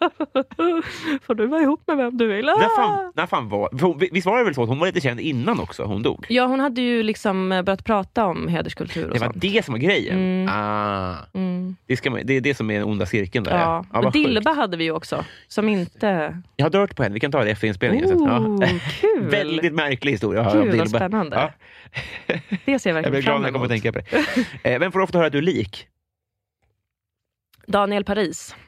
Får du vara ihop med vem du vill? När fan, när fan var, för, visst var det väl så att hon var lite känd innan också, hon dog? Ja, hon hade ju liksom börjat prata om hederskultur och Det var sånt. det som var grejen. Mm. Ah, Mm. det, ska man, det är det som är den onda cirkeln där. Ja. Ja, Och vad Dilba sjukt. hade vi ju också. Som inte... Jag har dört på henne, vi kan ta det efter inspelningen. sen. Oh, Ja. kul! Väldigt märklig historia. jag har om Gud, vad Dilba. spännande. Ja. Det ser jag Jag verkligen blir glad fram när jag kommer emot. att tänka på det. Eh, vem får ofta höra att du är lik? Daniel Paris.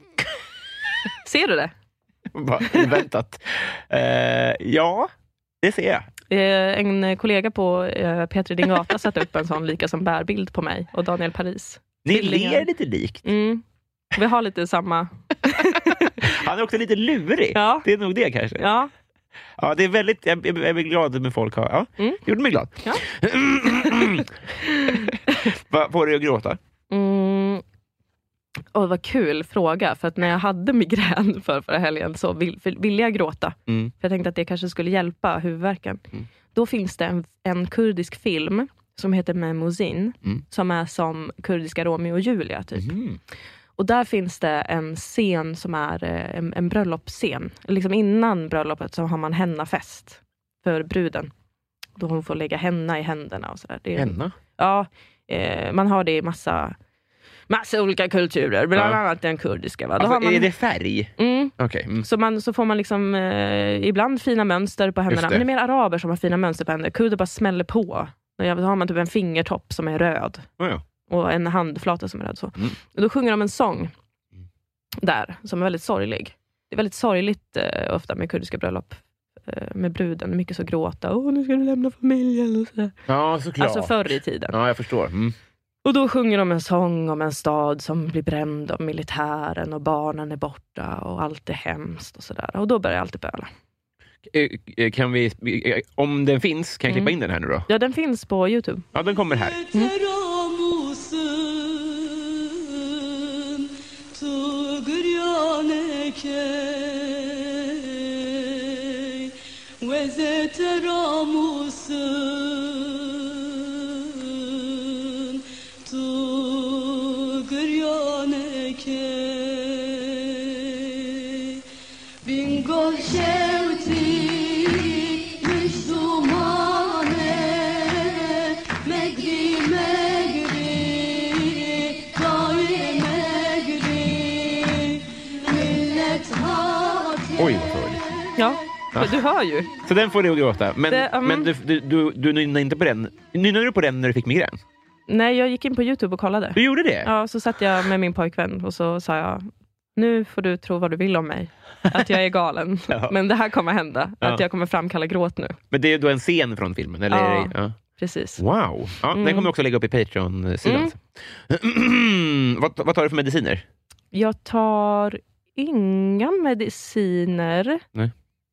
Ser du det? Vad oväntat. Eh, ja, det ser jag. Eh, En kollega på eh, Petri Dingata satte upp en sån lika som bärbild på mig och Daniel Paris. Ni Tvillingar. ler lite likt. Mm. Vi har lite samma... Han är också lite lurig. Ja. Det är nog det kanske. Ja, Ja. det är väldigt, jag, jag är glad med folk har. Ja, Mm. gjorde mig glad. Ja. Vad får du att gråta? Mm. Och vad kul fråga. För att när jag hade migrän för förra helgen så vill, ville jag gråta. Mm. För jag tänkte att det kanske skulle hjälpa huvudvärken. Mm. Då finns det en, en kurdisk film som heter Memuzin. Mm. Som är som kurdiska Romeo och Julia typ. Mm. Och där finns det en scen som är eh, en, en bröllopsscen. Liksom innan bröllopet så har man hennafest för bruden. Då hon får lägga henna i händerna och sådär. Det är, Henna? Ja, eh, man har det i massa, massa olika kulturer. Bland Ja. annat den kurdiska. Va? Då Alltså, har man, är det färg? mm, Okej. Mm. så, man, så får man liksom eh, ibland fina mönster på händerna. Just det. Men det är mer araber som har fina mönster på händerna. Kurder bara smäller på. Då har man typ en fingertopp som är röd. Oh, ja. Och en handflata som är röd så. Mm. Och då sjunger de en sång där som är väldigt sorglig. Det är väldigt sorgligt eh, ofta med kurdiska bröllop. Eh, med bruden. Mycket så gråta. Åh, nu ska du lämna familjen. Och så Ja, såklart. alltså förr i tiden. Ja, jag förstår. Mm. Och då sjunger de en sång om en stad som blir bränd av militären. Och barnen är borta. Och allt är hemskt och sådär. Och då börjar jag alltid böla. Eh, eh, Kan vi, eh, om den finns, kan jag klippa Mm. in den här nu då? Ja, den finns på YouTube. Ja, den kommer här. Oj, vad sorgligt. Ja, för du hör ju. Så den får du att gråta. Men, Det, um, men du, du, du, du nynnade inte på den. Nynnade du på den när du fick migrän? Nej, jag gick in på YouTube och kollade. Du gjorde det? Ja, så satt jag med min pojkvän och så sa jag, nu får du tro vad du vill om mig. Att jag är galen. Ja. Men det här kommer hända. Ja. Att jag kommer framkalla gråt nu. Men det är då en scen från filmen? Eller Ja. är det, ja. Precis. Wow. Ja, Mm. Den kommer jag också lägga upp i Patreon-sidan. Mm. vad, vad tar du för mediciner? Jag tar inga mediciner. Nej.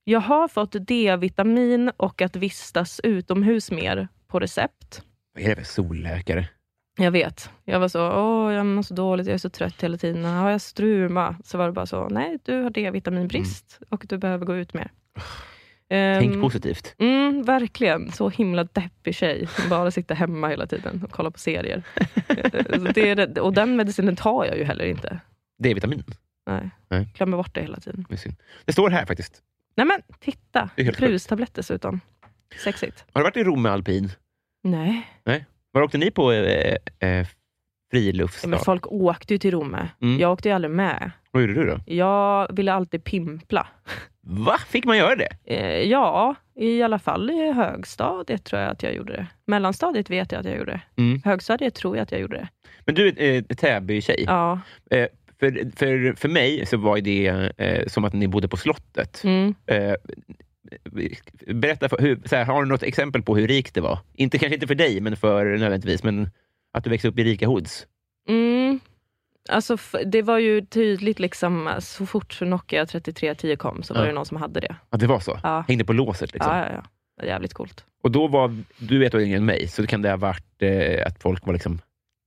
Jag har fått D-vitamin och att vistas utomhus mer på recept. Vad är det för solläkare? Jag vet. Jag var så, åh jag mår så dåligt, jag är så trött hela tiden. Har jag struma? Så var det bara så, nej du har D-vitaminbrist mm. och du behöver gå ut mer. Tänk um, positivt. Mm, verkligen. Så himla deppig tjej som bara sitter hemma hela tiden och kollar på serier. det är det. Och den medicinen tar jag ju heller inte. D-vitamin? Nej, nej. Glömmer bort det hela tiden. Det står här faktiskt. Nej men, titta. Brustablett dessutom. Sexigt. Har du varit i Rom med alpin? Nej. Nej. Var åkte ni på eh, eh, friluftsdag? Ja, men folk åkte ju till Rom. Mm. Jag åkte ju aldrig med. Vad gjorde du då? Jag ville alltid pimpla. Va? Fick man göra det? Eh, ja, i alla fall i högstadiet tror jag att jag gjorde det. Mellanstadiet vet jag att jag gjorde det. Mm. Högstadiet tror jag att jag gjorde det. Men du är eh, Täby-tjej. Ja. Eh, för, för, för mig så var det eh, som att ni bodde på slottet. Mm. Eh, berätta, för, hur, så här, har du något exempel på hur rikt det var? Inte, kanske inte för dig, men för nödvändigtvis. Men att du växte upp i rika hoods. Mm. Alltså det var ju tydligt liksom, så fort Nokia trettiotre tio kom så var ja. det någon som hade det. Ja, det var så? Ja. Hängde på låset liksom? Ja, ja, ja. Det är jävligt coolt. Och då var, du vet ju ingen än mig, så kan det ha varit eh, att folk var liksom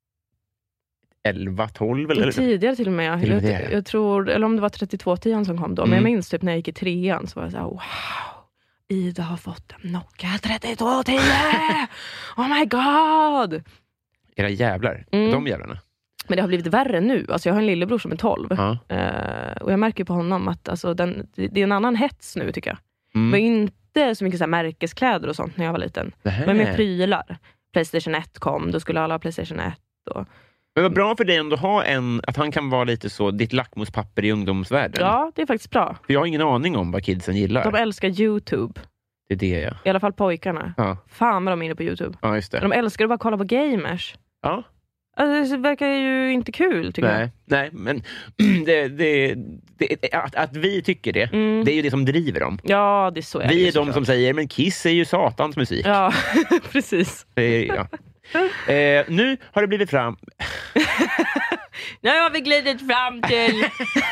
elva tolv eller? Tidigare till och med. Till och med jag, jag tror, eller om det var trettiotvå tio som kom då. Mm. Men jag minns typ när jag gick i trean så var jag så här, wow, Ida har fått en Nokia trettiotvå tio! Oh my god! Era jävlar, mm. de jävlarna. Men det har blivit värre nu. Alltså jag har en lillebror som är tolv. Ja. Uh, och jag märker på honom att alltså, den, det är en annan hets nu tycker jag. Mm. Det var inte så mycket så här märkeskläder och sånt när jag var liten. Nähe. Men med prylar. PlayStation ett kom, då skulle alla ha PlayStation ett. Och... Men vad bra för dig ändå att ha en, att han kan vara lite så ditt lackmuspapper i ungdomsvärlden. Ja, det är faktiskt bra. För jag har ingen aning om vad kidsen gillar. De älskar YouTube. Det är det, ja. I alla fall pojkarna. Ja. Fan vad de är inne på YouTube. Ja, just det. De älskar att bara kolla på gamers. Ja. Alltså, det verkar ju inte kul, tycker nej, jag. Nej, men det, det, det, att, att vi tycker det, mm. det är ju det som driver dem. Ja, det är så. Är vi det, är de klart. Som säger, men Kiss är ju satans musik. Ja, precis. Det är, ja. eh, nu har det blivit fram... Nu har vi glidit fram till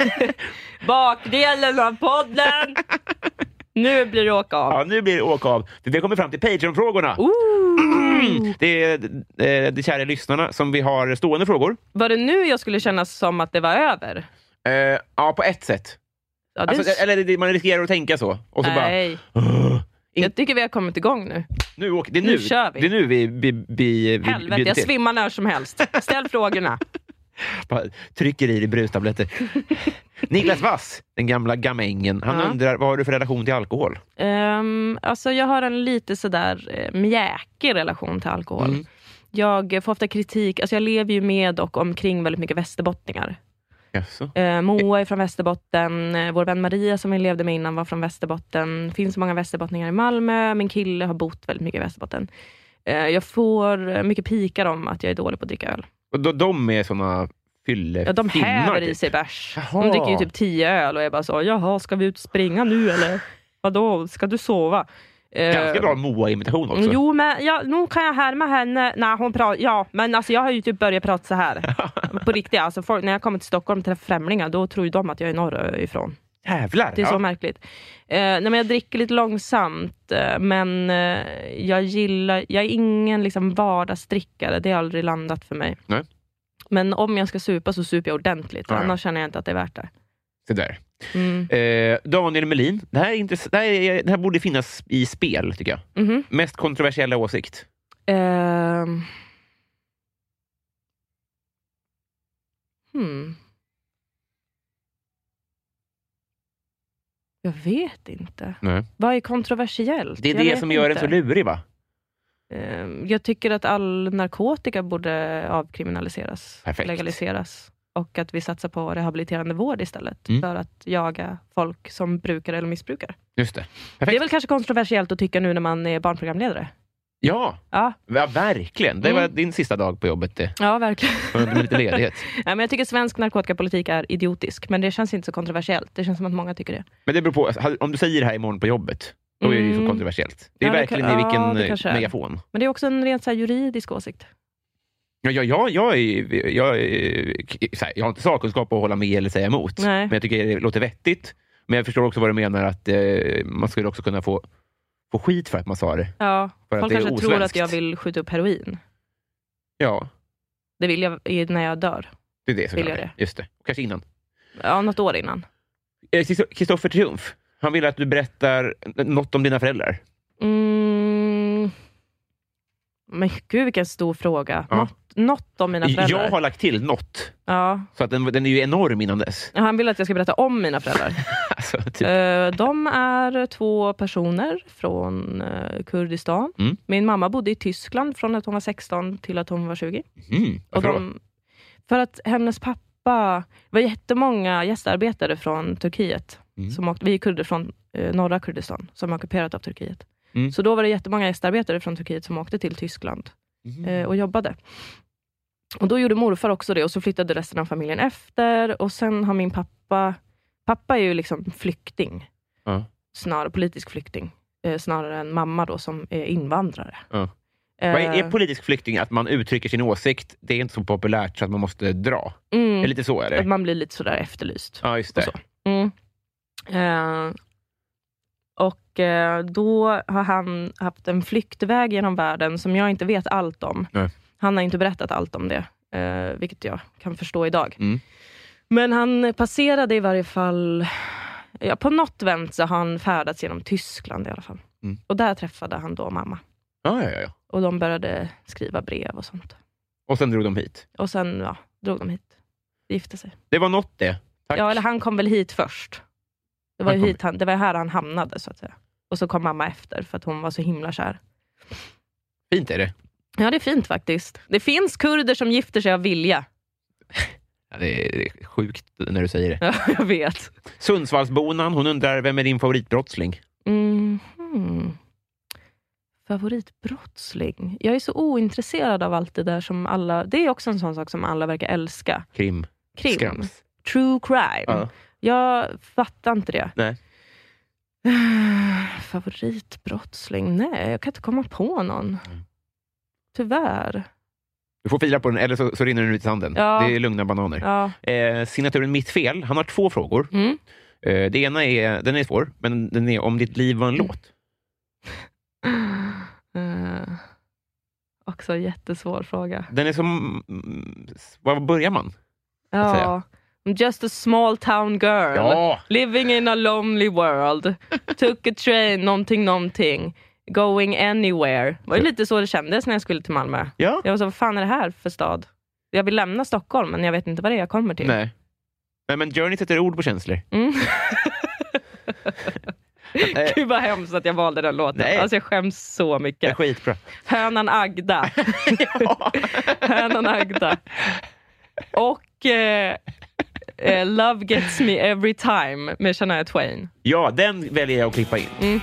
bakdelen av podden. Nu blir det åka av. Ja, nu blir det åka av. Vi har kommit fram till Patreon-frågorna. Ooh. Det är eh, de kära lyssnarna som vi har stående frågor. Var det nu jag skulle känna som att det var över? Eh, ja, på ett sätt. Ja, det... alltså, eller man riskerar att tänka så. Och så Nej. Bara, uh, in... Jag tycker vi har kommit igång nu. Nu åker, det är nu, nu kör vi. Det är nu vi... vi, vi, vi Helvete, jag svimmar när som helst. Ställ frågorna. Bara trycker i dig brustabletter. Niklas Wass, den gamla gamängen, han ja. undrar, vad har du för relation till alkohol? Um, alltså jag har en lite sådär eh, mjäkig relation till alkohol. Mm. Jag får ofta kritik, alltså jag lever ju med och omkring väldigt mycket västerbottningar. Uh, Moa är från Västerbotten, uh, vår vän Maria som vi levde med innan var från Västerbotten. Finns många västerbottningar i Malmö, min kille har bott väldigt mycket i Västerbotten. Uh, jag får mycket pikar om att jag är dålig på att dricka öl. Och då, de är såna fylle ja, de häver typ. i sig bärs. De dricker ju typ tio öl och är bara så, jaha, ska vi ut och springa nu eller? Vadå, ska du sova? Ganska bra Moa-imitation också. Jo, men ja, nu kan jag härma henne när hon pratar. Ja, men alltså jag har ju typ börjat prata så här. På riktigt, alltså folk, när jag kommer till Stockholm till främlingar, då tror ju de att jag är norrifrån. Jävlar. Det är ja. så märkligt. Eh, nej, men jag dricker lite långsamt, eh, men eh, jag gillar, jag är ingen liksom vardagsdrickare. Det har aldrig landat för mig. Nej. Men om jag ska supa så super jag ordentligt. Ja. Annars känner jag inte att det är värt det. Det där. Mm. Eh, Daniel Melin. Det här, är intress- det, här är, det här borde finnas i spel, tycker jag. Mm-hmm. Mest kontroversiella åsikt? Eh, hmm. Jag vet inte. Nej. Vad är kontroversiellt? Det är det som gör inte. en så lurig, va? Jag tycker att all narkotika borde avkriminaliseras. Perfekt. Legaliseras. Och att vi satsar på rehabiliterande vård istället. Mm. För att jaga folk som brukar eller missbrukar. Just det. Perfekt. Det är väl kanske kontroversiellt att tycka nu när man är barnprogramledare. Ja, ja. ja verkligen. Det var mm. din sista dag på jobbet. Det. Ja, verkligen. Med lite ledighet. Ja, men jag tycker svensk narkotikapolitik är idiotisk. Men det känns inte så kontroversiellt. Det känns som att många tycker det. Men det beror på, om du säger det här imorgon på jobbet, då är det ju så kontroversiellt. Det är ja, verkligen det kan, i vilken ja, megafon. Men det är också en rent så här juridisk åsikt. Ja, ja, ja, jag, är, jag, är, så här, jag har inte sakkunskap att hålla med eller säga emot. Nej. Men jag tycker det låter vettigt. Men jag förstår också vad du menar, att eh, man skulle också kunna få, få skit för att man sa det. Ja, för folk att det kanske är tror att jag vill skjuta upp heroin. Ja. Det vill jag när jag dör. Det är det, så vill jag jag det. Just det. Kanske innan. Ja, något år innan. Kristoffer Triumf, han vill att du berättar något om dina föräldrar. Mm. Men gud, vilken stor fråga. Ja. Något, något om mina föräldrar. Jag har lagt till något. Ja. Så att den, den är ju enorm innan dess. Han vill att jag ska berätta om mina föräldrar. alltså, typ. uh, de är två personer från uh, Kurdistan. Mm. Min mamma bodde i Tyskland från att hon var sexton till att hon var tjugo. Mm. Och de, för att hennes pappa... Det var jättemånga gästarbetare från Turkiet. Mm. Som åkte, vi är kurder från uh, norra Kurdistan som är ockuperat av Turkiet. Mm. Så då var det jättemånga gästarbetare från Turkiet som åkte till Tyskland Mm. eh, och jobbade. Och då gjorde morfar också det, och så flyttade resten av familjen efter. Och sen har min pappa... Pappa är ju liksom flykting. Ja. Snarare politisk flykting. Eh, snarare än mamma då som är invandrare. Ja. Eh, Vad är, är politisk flykting? Att man uttrycker sin åsikt, det är inte så populärt så att man måste dra. mm, Är lite så är det? Att man blir lite sådär efterlyst. Ja, just Och det. så. Mm. Eh, och eh, då har han haft en flyktväg genom världen som jag inte vet allt om. Nej. Han har inte berättat allt om det, eh, vilket jag kan förstå idag. Mm. Men han passerade i varje fall... Ja, på något vänt så har han färdats genom Tyskland i alla fall. Mm. Och där träffade han då mamma. Ja, ja, ja. Och de började skriva brev och sånt. Och sen drog de hit. Och sen ja, drog de hit. Gifte sig. Det var något det. Tack. Ja, eller han kom väl hit först. Det var, Han ju kom- hit han, det var här han hamnade så att säga. Och så kom mamma efter för att hon var så himla kär. Fint är det. Ja, det är fint faktiskt. Det finns kurder som gifter sig av vilja. Ja, det, är, det är sjukt när du säger det. Ja, jag vet. Sundsvallsbonan, hon undrar, vem är din favoritbrottsling? Mm, hmm. Favoritbrottsling? Jag är så ointresserad av allt det där som alla... Det är också en sån sak som alla verkar älska. Krim. Krim. Skrams. True crime. Ja. Jag fattar inte det. Nej. Favoritbrottsling? Nej, jag kan inte komma på någon. Mm. Tyvärr. Du får fila på den, eller så, så rinner den ut i sanden. Ja. Det är lugna bananer. Ja. Eh, signaturen Mitt fel, han har två frågor. Mm. Eh, det ena är, den är svår, men den är om ditt liv var en Mm. låt. Uh, också en jättesvår fråga. Den är som... mm, Var börjar man? Ja. säga. I'm just a small town girl. Ja! Living in a lonely world. Took a train, någonting, någonting. Going anywhere. Det var ju lite så det kändes när jag skulle till Malmö. Ja? Jag var så, vad fan är det här för stad? Jag vill lämna Stockholm, men jag vet inte vad det är jag kommer till. Nej. Nej, men Journey sätter ord på känslor. Mm. Eh, Gud vad hemskt att jag valde den låten. Nej. Alltså jag skäms så det är mycket. skitbra. Hönan Agda. Ja. Hönan Agda. Och eh, eh, Love Gets Me Every Time med Shania Twain. Ja, den väljer jag att klippa in. Mm.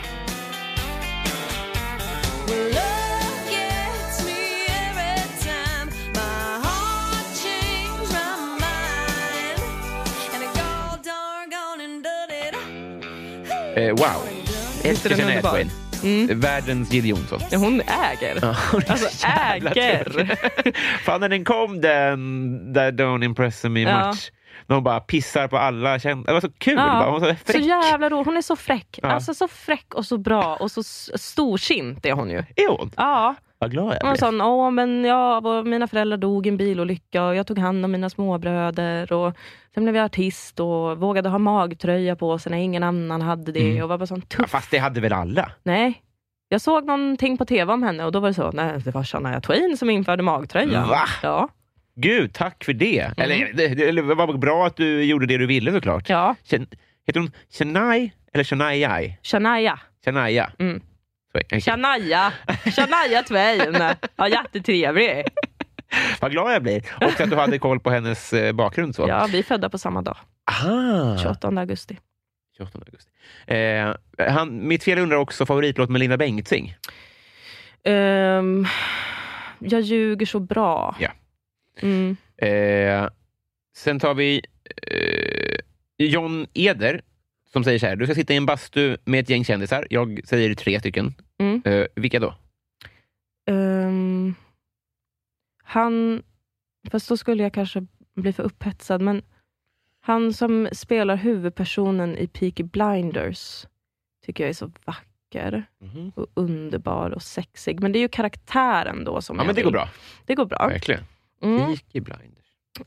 Eh, wow. Älskar den Shania underbar? Twain. Mm. Världens Jill Johnson. Ja, hon äger. Ja, hon är Alltså så jävla äger. trevlig. Fan, när den kom, den där Don't Impress Me Ja. Much. När hon bara pissar på alla kända. Det var så kul. Ja, Bara. Hon var så så fräck. jävla rolig. Hon är så fräck. Ja. Alltså så fräck och så bra. Och så s- storsint är hon ju. Är hon? Ja. Vad glad jag Hon var blev. sån, åh men ja, vår- mina föräldrar dog i en bilolycka och jag tog hand om mina småbröder och sen blev jag artist och vågade ha magtröja på sig när ingen annan hade det Mm. och var bara sån Ja, tuff. fast det hade väl alla? Nej. Jag såg någonting på tv om henne och då var det så, nej det var Shania Twain som införde magtröja. Va? Ja. Gud, tack för det. Eller det, det, det var bra att du gjorde det du ville såklart. Ja. Kän, heter hon Shania eller Shania? Shania. Shania. Mm. Så, okay. Shania. Shania Twain. Ja, jättetrevlig. Vad glad jag blir. Och att du hade koll på hennes eh, bakgrund så. Ja, vi är födda på samma dag. Aha. tjugoåttonde augusti. tjugoåttonde augusti. Eh, han, mitt fel undrar också favoritlåt med Linda Bengtzing. Um, jag ljuger så bra. Ja. Mm. Eh, sen tar vi eh, John Eder som säger så här: du ska sitta i en bastu med ett gäng kändisar. Jag säger tre stycken. Mm. Eh, vilka då? Um, han... Fast då skulle jag kanske bli för upphetsad. Men Han som spelar huvudpersonen i Peaky Blinders tycker jag är så vacker mm. och underbar och sexig. Men det är ju karaktären då som Ja, jag men det vill. går bra. Det går bra. Verkligen. Mm. Peaky Blinders.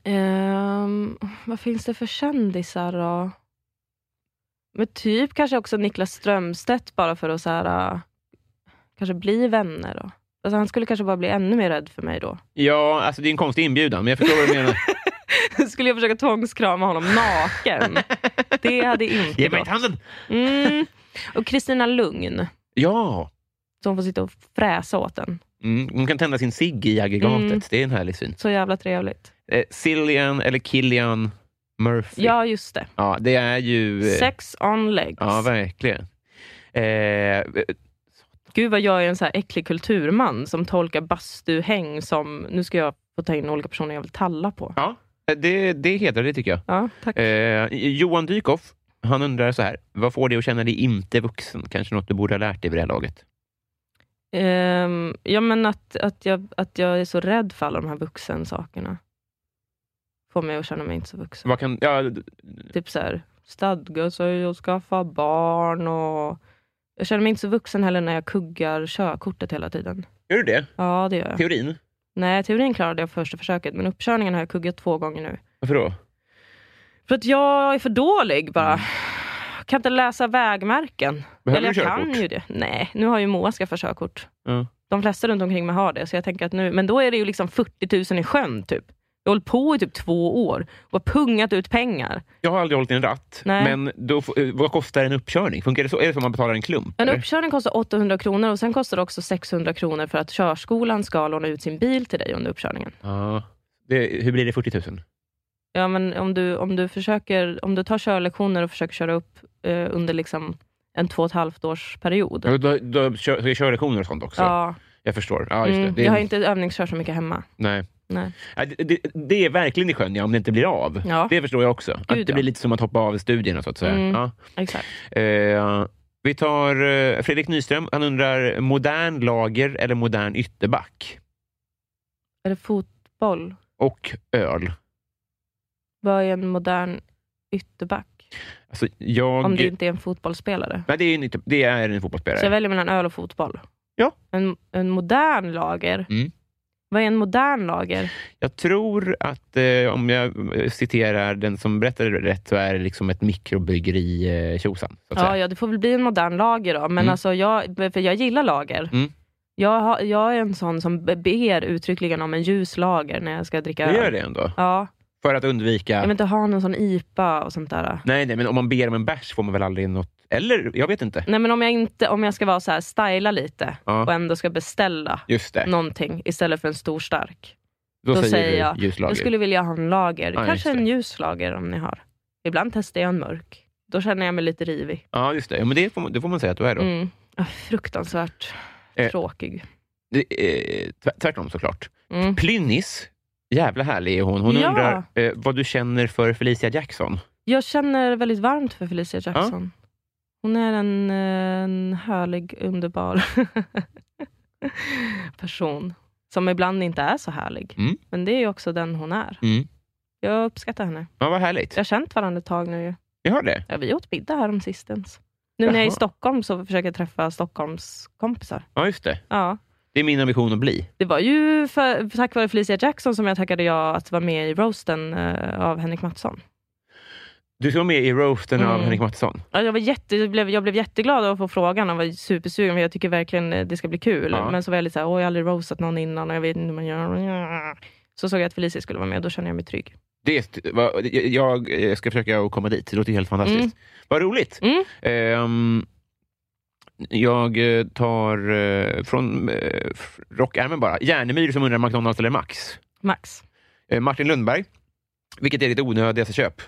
Um, vad finns det för kändisar då? Men typ kanske också Niklas Strömstedt bara för att så här, uh, kanske bli vänner då. Alltså han skulle kanske bara bli ännu mer rädd för mig då. Ja, alltså det är en konstig inbjudan, men jag förstår vad du menar. Skulle jag försöka tvångskrama honom naken? Det hade inte Ge mig gått. handen! Mm. Och Kristina Lugn. Ja. Som får sitta och fräsa åt den. Mm, hon kan tända sin cigg i aggregatet. Mm. Det är en härlig syn. Så jävla trevligt. Eh, Cillian eller Killian Murphy. Ja, just det. Ja, det är ju... Eh, Sex on legs. Ja, verkligen. Eh, Gud vad jag är en så här äcklig kulturman som tolkar bastuhäng som... Nu ska jag få ta in olika personer jag vill talla på. ja, det, det heter det tycker jag. Ja, tack. Eh, Johan Dykhoff, han undrar så här. Vad får dig att känna dig inte vuxen? Kanske något du borde ha lärt dig vid det här laget? Um, ja, men att, att, jag, att jag är så rädd för alla de här vuxen sakerna. Får mig att känna mig inte så vuxen. Vad kan... Ja, Typ så här, stadga sig och skaffa barn och... Jag känner mig inte så vuxen heller när jag kuggar körkortet hela tiden. gör du det? Ja, det gör jag. Teorin? Nej, teorin klarade jag första försöket. Men uppkörningen har jag kuggat två gånger nu. Varför då? För att jag är för dålig bara. Mm. Kan inte läsa vägmärken. Behöver Eller du jag körkort? kan ju det. Nej, nu har ju Moa skaffat körkort. Ja. De flesta runt omkring mig har det. Så jag tänker att nu... Men då är det ju liksom fyrtio tusen i sjön typ. Jag har hållit på i typ två år. Och har pungat ut pengar. Jag har aldrig hållit i en ratt. Nej. Men då, vad kostar en uppkörning? Funkar det så? Är det som man betalar en klump? En eller? uppkörning kostar åttahundra kronor. Och sen kostar det också sexhundra kronor för att körskolan ska låna ut sin bil till dig under uppkörningen. Ja. Det, hur blir det fyrtio tusen? Ja, men om du, om du försöker... Om du tar körlektioner och försöker köra upp eh, under liksom en två och ett halvt års period. Ja, då, då kör, så kör lektioner och sånt också? Ja. Jag förstår. Ja, just det. Mm, Det är, jag har inte övningskört så mycket hemma. Nej. Nej. Ja, det, det, det är verkligen i sjön, ja, om det inte blir av. Ja. Det förstår jag också. Att Gud, det ja. blir lite som att hoppa av studierna, så att säga. Mm. Ja. Exakt. Eh, vi tar eh, Fredrik Nyström. Han undrar, modern lager eller modern ytterback? Är det fotboll? Och öl. Vad är en modern ytterback? Alltså, jag... Om det inte är en fotbollsspelare. Nej, det är en, ytter... det är en fotbollsspelare. Så jag väljer mellan öl och fotboll. Ja. En, en modern lager. Mm. Vad är en modern lager? Jag tror att, eh, om jag citerar den som berättade rätt, så är det liksom ett mikrobryggeri eh, tjosan. Så att ja, säga. ja, det får väl bli en modern lager då. Men Mm. alltså, jag, för jag gillar lager. Mm. Jag, har, jag är en sån som ber uttryckligen om en ljus lager när jag ska dricka öl. Du gör det ändå? Ja. För att undvika... Jag vill inte ha någon sån I P A och sånt där. Nej, nej, men om man ber om en bärs får man väl aldrig något... Eller, jag vet inte. Nej, men om jag inte om jag ska vara så här, styla lite Ja. och ändå ska beställa Just det. någonting istället för en stor stark. Då, Då säger, säger du jag, ljuslager. jag skulle vilja ha en lager. Ja, Kanske just det. en ljuslager om ni har. Ibland testar jag en mörk. Då känner jag mig lite rivig. Ja, just det. Ja, men det får, man, det får man säga att du är då. Mm. Ah, fruktansvärt Eh. tråkig. Det, eh, tvärt- tvärtom såklart. Mm. Plynnis, jävla härlig är hon. Hon Ja. undrar eh, vad du känner för Felicia Jackson. Jag känner väldigt varmt för Felicia Jackson. Hon är en, en härlig, underbar person. Som ibland inte är så härlig. Mm. Men det är ju också den hon är. Mm. Jag uppskattar henne. Ja, vad härligt. Jag har känt varandra ett tag nu ju. Vi har det. Ja, vi åt middag här om sistens. Nu när jag är i Stockholm så försöker jag träffa Stockholms kompisar. Ja, just det. Ja. Det är min ambition att bli. Det var ju för, tack vare Felicia Jackson som jag tackade jag att vara med i roasten uh, av Henrik Mattsson. Du ska vara med i roasten Mm. av Henrik Mattsson. Ja, jag, var jätte, jag, blev, jag blev jätteglad av att få frågan och var supersugen. För jag tycker verkligen det ska bli kul. Ja. Men så var jag lite såhär, åh jag har aldrig roastat någon innan och jag vet inte hur man gör. Så såg jag att Felicia skulle vara med och då känner jag mig trygg. Det är, vad- jag jag ska försöka att komma dit. Det låter helt fantastiskt. Mm. Vad roligt. Mm. Ehm, jag eh, tar eh, från eh, rockärmen bara. Järnemyr som undrar McDonalds eller Max. Max. Eh, Martin Lundberg. Vilket är ditt onödigaste köp?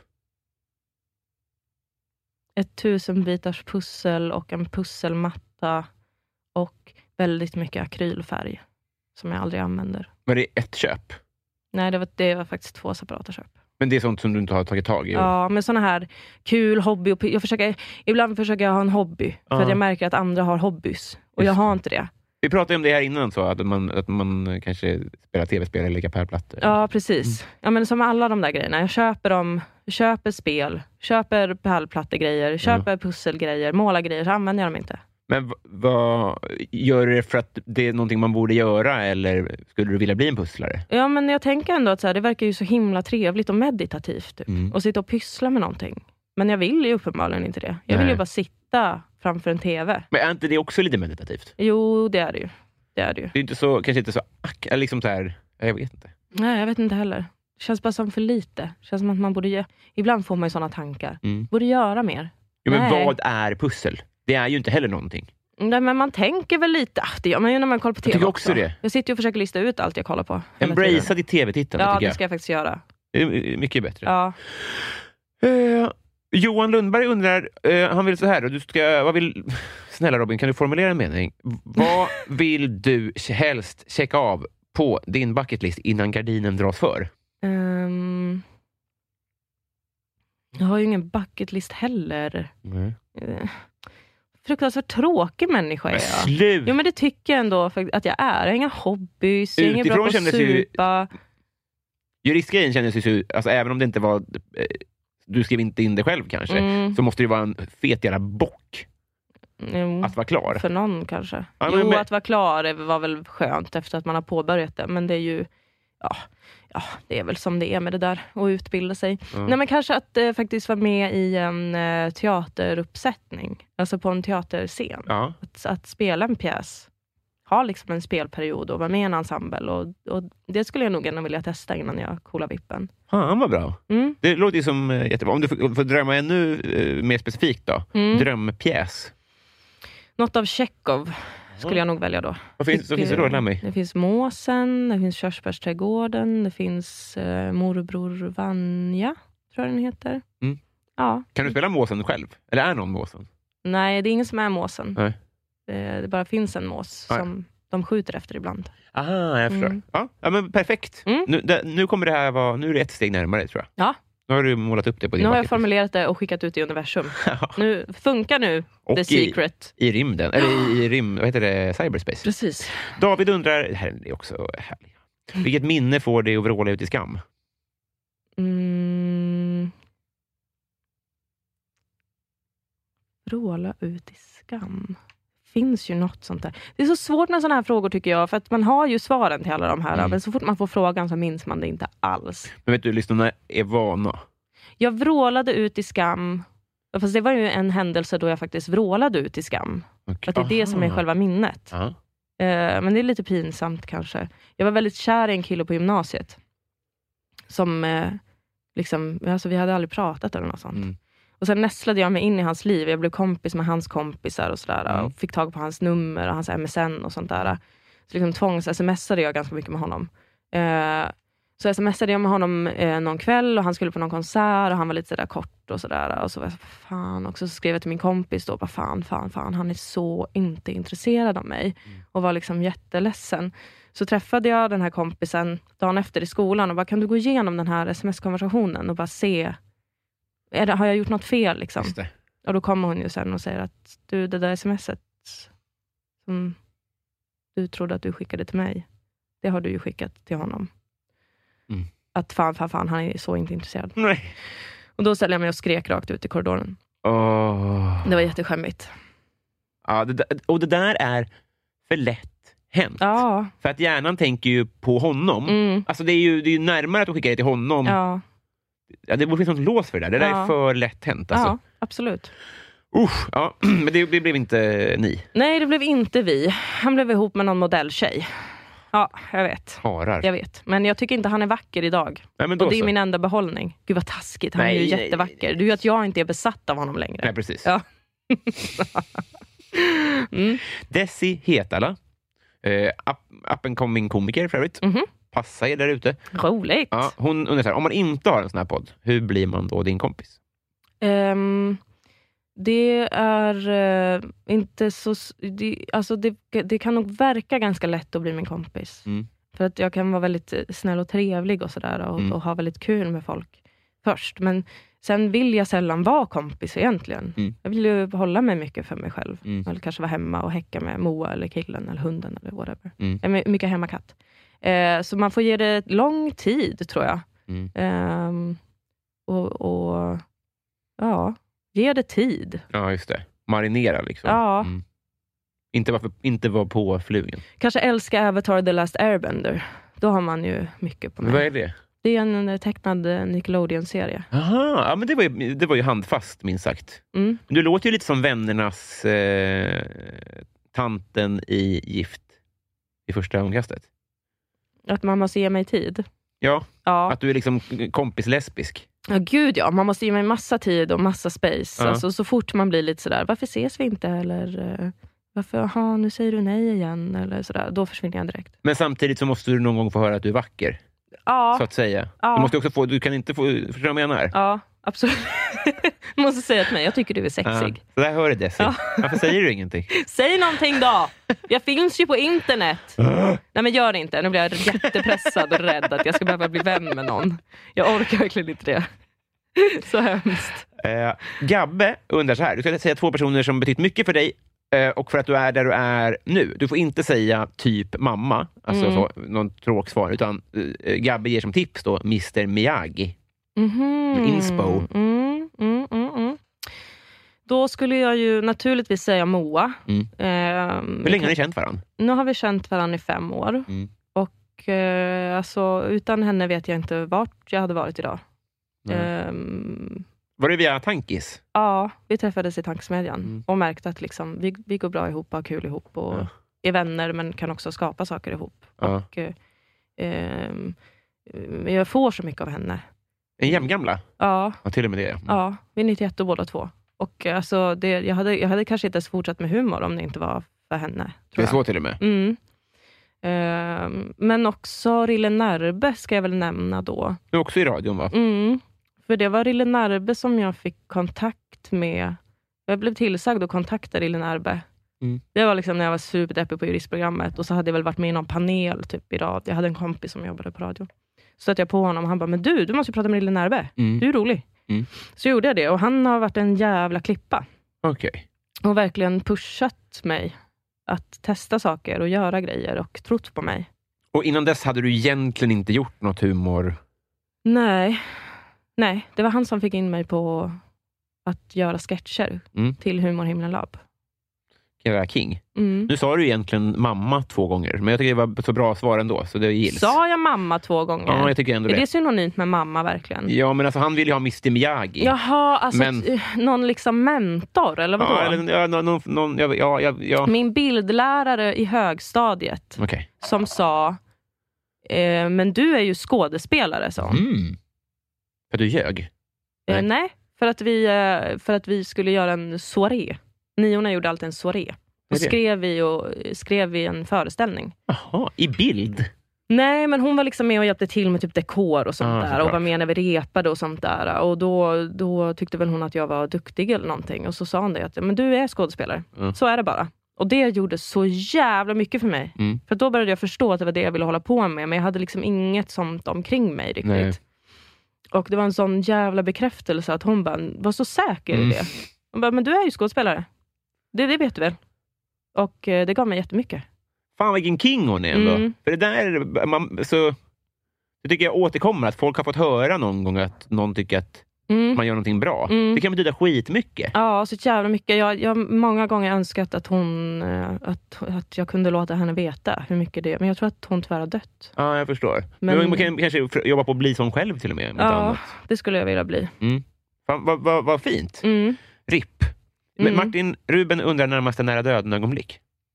Ett tusen bitars pussel och en pusselmatta och väldigt mycket akrylfärg som jag aldrig använder. Men det är ett köp. Nej, det var, det var faktiskt två separata köp. Men det är sånt som du inte har tagit tag i. Ja, men såna här kul hobby. Och jag försöker, ibland försöker jag ha en hobby. För Ja. att jag märker att andra har hobbys. Och Just jag har det. inte det. Vi pratade om det här innan, så att man, att man kanske spelar tv-spel eller lägger pärlplattor. Ja, precis. Mm. Ja, men som alla de där grejerna. Jag köper dem, köper spel, köper pärlplattegrejer, köper ja. pusselgrejer, målargrejer, så använder jag dem inte. Men v- vad gör du det för att det är någonting man borde göra, eller skulle du vilja bli en pusslare? Ja, men jag tänker ändå att så här, det verkar ju så himla trevligt och meditativt typ. Mm. Och sitta och pyssla med någonting. Men jag vill ju uppenbarligen inte det. Jag vill Nej. ju bara sitta framför en tv. Men är inte det också lite meditativt? Jo, det är det ju. Det är det ju. Det är inte så, kanske inte så, liksom så här, jag vet inte. Nej, jag vet inte heller. Det känns bara som för lite. Det känns som att man borde göra, ibland får man ju sådana tankar. Mm. Borde göra mer. Jo, men Nej. vad är pussel? Det är ju inte heller någonting. Nej, men man tänker väl lite. Det gör man ju när man kollar på tv jag också. också det. Jag sitter ju och försöker lista ut allt jag kollar på. Embracea ditt tv-tittande, ja, tycker jag. Ja, det ska jag faktiskt göra. Det är mycket bättre. Ja. Uh, Johan Lundberg undrar, uh, han vill så här, du ska, vad vill, snälla Robin, kan du formulera en mening? Vad vill du helst checka av på din bucketlist innan gardinen dras för? Um, jag har ju ingen bucketlist heller. Mm. Uh, fruktansvärt tråkig människa är jag. Slut. Jo, men det tycker jag ändå att jag är. Jag har inga hobbys, jag är ingen bra på att supa. Ju, juristgrejen kändes ju, alltså även om det inte var, eh, du skrev inte in det själv kanske, mm. så måste det vara en fet jävla bock. Jo, att vara klar. För någon kanske. Ja, jo, men, men... att vara klar var väl skönt efter att man har påbörjat det. Men det är ju, ja, ja det är väl som det är med det där att utbilda sig. Mm. Nej, men kanske att eh, faktiskt vara med i en eh, teateruppsättning. Alltså på en teaterscen. Ja. Att, att spela en pjäs. Ha liksom en spelperiod och vara med i en ensemble. Och, och det skulle jag nog gärna vilja testa innan jag coolar vippen. Ja, han var bra. Mm. Det låter ju som eh, jättebra. Om du får, får drömma ännu eh, mer specifikt då. Mm. Drömpjäs. Något av Chekhov skulle jag nog välja då. Vad finns, så finns det då? Lär mig. Det finns Måsen, det finns Körsbärsträdgården, det finns eh, Morbror Vanja, tror jag den heter. Mm. Ja. Kan du spela Måsen själv? Eller är någon Måsen? Nej, det är ingen som är Måsen. Nej. Det, det bara finns en mås Nej. som de skjuter efter ibland. Aha, jag förstår. Mm. Ja, ja, men perfekt. Mm. Nu, det, nu kommer det här vara, nu är det ett steg närmare, tror jag. Ja. Nu har du målat upp det på din Nu har jag bucket. formulerat det och skickat ut i universum. Nu funkar nu och The i, Secret. I rymden, eller i, i rym, vad heter det? Cyberspace. Precis. David undrar, det här är också härligt. Vilket minne får det att vråla ut i skam? Mm. Vråla ut i skam. Finns ju något sånt där. Det är så svårt med sådana här frågor tycker jag. För att man har ju svaren till alla de här. Mm. Men så fort man får frågan så minns man det inte alls. Men vet du, lyssnarna är vana. Jag vrålade ut i skam. Fast det var ju en händelse då jag faktiskt vrålade ut i skam. Okay. Att det är det som är själva minnet. Uh, men det är lite pinsamt kanske. Jag var väldigt kär i en kille på gymnasiet. Som uh, liksom, alltså vi hade aldrig pratat eller något sånt. Mm. Och sen nästlade jag mig in i hans liv. Jag blev kompis med hans kompisar och sådär. Mm. Och fick tag på hans nummer och hans M S N och sånt där. Så liksom tvångs-smsade jag ganska mycket med honom. Uh, så smsade jag med honom uh, någon kväll. Och han skulle på någon konsert. Och han var lite sådär kort och sådär. Och så var jag så, fan också. Så skrev jag till min kompis då. Bara, fan, fan, fan. Han är så inte intresserad av mig. Mm. Och var liksom jätteledsen. Så träffade jag den här kompisen dagen efter i skolan. Och bara, kan du gå igenom den här sms-konversationen. Och bara se. Är det, har jag gjort något fel liksom? Just det. Och då kommer hon ju sen och säger att du, det där smset som du trodde att du skickade till mig, det har du ju skickat till honom. Mm. Att fan, fan, fan, han är så inte intresserad. Nej. Och då ställde jag mig och skrek rakt ut i korridoren. Oh. Det var jätteskämmigt. Ja, det där, och det där är för lätt hänt. Ja. För att hjärnan tänker ju på honom. Mm. Alltså det är ju, det är ju närmare att du skickar det till honom. Ja. Ja, det finns något lås för det där. Det där ja. är för lätt hänt. Alltså. Ja, absolut. Usch, ja. Men det, det blev inte ni. Nej, det blev inte vi. Han blev ihop med någon modelltjej. Ja, jag vet. Harar. Jag vet. Men jag tycker inte han är vacker idag. Nej, men då och det är så. Min enda behållning. Gud vad taskigt. Han nej, är ju nej, jättevacker. nej. Det är ju att jag inte är besatt av honom längre. Nej, precis. Ja. mm. Desi Hetala. Uh, up, up and coming komiker för övrigt. Mm-hmm. Passa er där ute. Roligt. Ja, hon undrar så här, om man inte har en sån här podd, hur blir man då din kompis? Um, det är uh, inte så... Det, alltså det, det kan nog verka ganska lätt att bli min kompis. Mm. För att jag kan vara väldigt snäll och trevlig och sådär. Och, mm. och ha väldigt kul med folk först. Men Sen vill jag sällan vara kompis egentligen. Mm. Jag vill ju hålla mig mycket för mig själv. Mm. Eller kanske vara hemma och häcka med Moa eller killen eller hunden eller whatever. Mm. Jag är mycket hemmakatt. Eh, så man får ge det lång tid, tror jag. Mm. Eh, och, och ja, ge det tid. Ja, just det. Marinera liksom. Ja. Mm. Inte vara inte var på flugen. Kanske älska Avatar The Last Airbender. Då har man ju mycket på mig. Vad är det? Det är en tecknad Nickelodeon-serie. Aha, ja, men det var, ju, det var ju handfast, minst sagt. Mm. Du låter ju lite som vännernas eh, tanten i Gift i första ögonkastet. Att man måste ge mig tid. Ja, Ja. att du är liksom kompislesbisk. Ja, gud ja. Man måste ge mig massa tid och massa space. Ja. Alltså, så fort man blir lite sådär, varför ses vi inte? Eller eh, varför, aha, nu säger du nej igen? Eller sådär. Då försvinner jag direkt. Men samtidigt så måste du någon gång få höra att du är vacker. Ja, Så att säga. Ja. Du måste också få, du kan inte få, förstår du vad jag menar? ja absolut. Du måste säga till mig, jag tycker du är sexig. Ja. Så där hör du Desi. Ja. Varför säger du ingenting? Säg någonting då! Jag finns ju på internet. Nej, men gör det inte. Nu blir jag jättepressad och rädd att jag ska behöva bli vän med någon. Jag orkar verkligen inte det. Så hemskt. Eh, Gabbe undrar så här. Du ska säga två personer som betytt mycket för dig eh, och för att du är där du är nu. Du får inte säga typ mamma, alltså Mm. så, någon tråksvar, utan eh, Gabbe ger som tips då mister Miyagi. Mhm. Inspo. Mm, mm, mm, mm. Då skulle jag ju naturligtvis säga Moa. Mm. Ehm, Hur länge har ni känt varandra? Nu har vi känt varandra i fem år. Mm. Och eh, alltså, utan henne vet jag inte vart jag hade varit idag. Nej. Ehm, Var det via Tankis? ja, vi träffades i tankesmedjan. Mm. Och märkte att liksom, vi, vi går bra ihop och har kul ihop. Och Ja. är vänner men kan också skapa saker ihop. Ja. Och eh, ehm, jag får så mycket av henne. En jämngamla? Ja, Ja, till och med det. Mm. ja vi är nittioett och båda två. Och alltså, det, jag, hade, jag hade kanske inte ens fortsatt med humor om det inte var för henne. Det Tror är jag. så till och med. Mm. Ehm, men också Rille Närbe ska jag väl nämna då. Du är också i radion, va? Mm. För det var Rille Närbe som jag fick kontakt med. Jag blev tillsagd att kontakta Rille Närbe. Mm. Det var liksom när jag var superdeppig på juristprogrammet. Och så hade jag väl varit med i någon panel typ i radio. Jag hade en kompis som jobbade på radio. Så stötte jag på honom och han bara, men du, du måste ju prata med Rille Närbe. Mm. Du är rolig. Mm. Så gjorde jag det. Och han har varit en jävla klippa. Okej. Och verkligen pushat mig att testa saker och göra grejer och trott på mig. Och innan dess hade du egentligen inte gjort något humor? Nej. Nej, det var han som fick in mig på att göra sketcher Mm. till Humor Himlen Lab. Kira King. Mm. Nu sa du egentligen mamma två gånger, men jag tycker det var så bra svar ändå, så det gills. Sa jag mamma två gånger? Ja, jag tycker ändå är det. det synonymt med mamma verkligen? Ja, men alltså han vill ju ha mister Miyagi. Jaha, alltså Men- t- någon liksom mentor, eller vadå? Ja, eller, ja, någon, någon, någon, ja, ja, ja, ja. Min bildlärare i högstadiet Okej. som sa, eh, men du är ju skådespelare, sa hon. Mm. För du ljög? Eh, Nej. nej, för att, vi, eh, för att vi skulle göra en soirée. Niorna gjorde alltid en soirée. Vad Och är det? skrev vi, och skrev vi en föreställning. Jaha, i bild? Nej, men hon var liksom med och hjälpte till med typ dekor och sånt Ah, där. såklart. Och var med när vi repade och sånt där. Och då, då tyckte väl hon att jag var duktig eller någonting. Och så sa hon det, att men du är skådespelare. Mm. Så är det bara. Och det gjorde så jävla mycket för mig. Mm. För då började jag förstå att det var det jag ville hålla på med. Men jag hade liksom inget sånt omkring mig riktigt. Nej. Och det var en sån jävla bekräftelse att hon bara var så säker Mm. i det. Hon bara, men du är ju skådespelare. Det, det vet du väl? Och eh, det gav mig jättemycket. Fan vilken king hon är ändå. Mm. För det där, man, så... Det tycker jag återkommer, att folk har fått höra någon gång att någon tycker att Mm. man gör någonting bra. Mm. Det kan betyda skitmycket. Ja, så jävla mycket. Jag jag har många gånger önskat att hon eh, att, att jag kunde låta henne veta hur mycket det är. Men jag tror att hon tyvärr har dött. Ja, jag förstår. Men- Men man kan kanske fr- jobba på att bli som själv till och med. Med Ja, annat. det skulle jag vilja bli. Mm. Fan, vad, vad, vad fint. Mm. R I P. Men Mm. Martin Ruben undrar närmaste nära döden-ögonblick.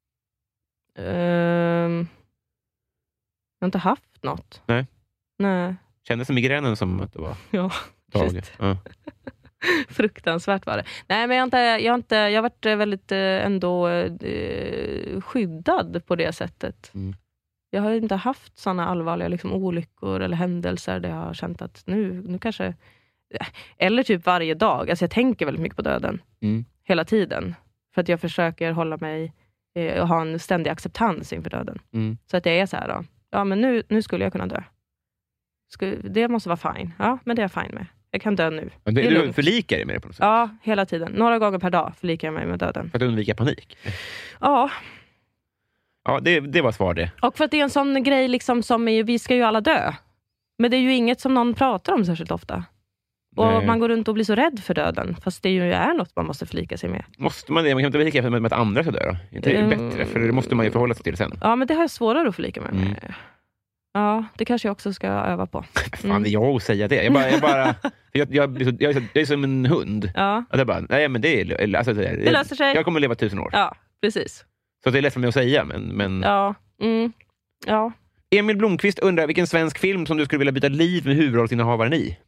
Ehm, jag har inte haft något. Nej. Nej. Kändes migränen som att det var Ja, dag? shit. Ja. Fruktansvärt var det. Nej, men jag har inte, jag har inte, jag har varit eh, väldigt eh, ändå eh, skyddad på det sättet. Mm. Jag har inte haft såna allvarliga liksom, olyckor eller händelser där jag har känt att nu, nu kanske... Eller typ varje dag. Alltså jag tänker väldigt mycket på döden. Mm. Hela tiden. För att jag försöker hålla mig eh, och ha en ständig acceptans inför döden. Mm. Så att jag är så här då. Ja, men nu, nu skulle jag kunna dö. Skulle, det måste vara fine. Ja, men det är jag fine med. Jag kan dö nu. Men det, det är du lugnt. förlikar dig med det på något sätt? Ja, hela tiden. Några gånger per dag förlikar jag mig med döden. För att undvika panik? Ja. Ja, det, det var svar det. Och för att det är en sån grej liksom som är, vi ska ju alla dö. Men det är ju inget som någon pratar om särskilt ofta. Och Nej. man går runt och blir så rädd för döden. Fast det ju är något man måste förlika sig med. Måste man det? Man kan inte förlika sig med att andra ska dö då? Inte är det Mm. bättre? För det måste man ju förhålla sig till sen. Ja, men det har jag svårare att förlika mig med. Mm. Ja, det kanske jag också ska öva på. Fan, det är jag att säga det. Jag, bara, jag, bara, jag, jag, jag, jag, jag är som en hund. Ja. Och jag bara, nej men det är... Alltså, det, Det löser sig. Jag kommer att leva tusen år. Ja, precis. Så det är lätt för mig att säga. Men, men... Ja. Mm. Ja. Emil Blomqvist undrar vilken svensk film som du skulle vilja byta liv med huvudrollsinnehavaren i.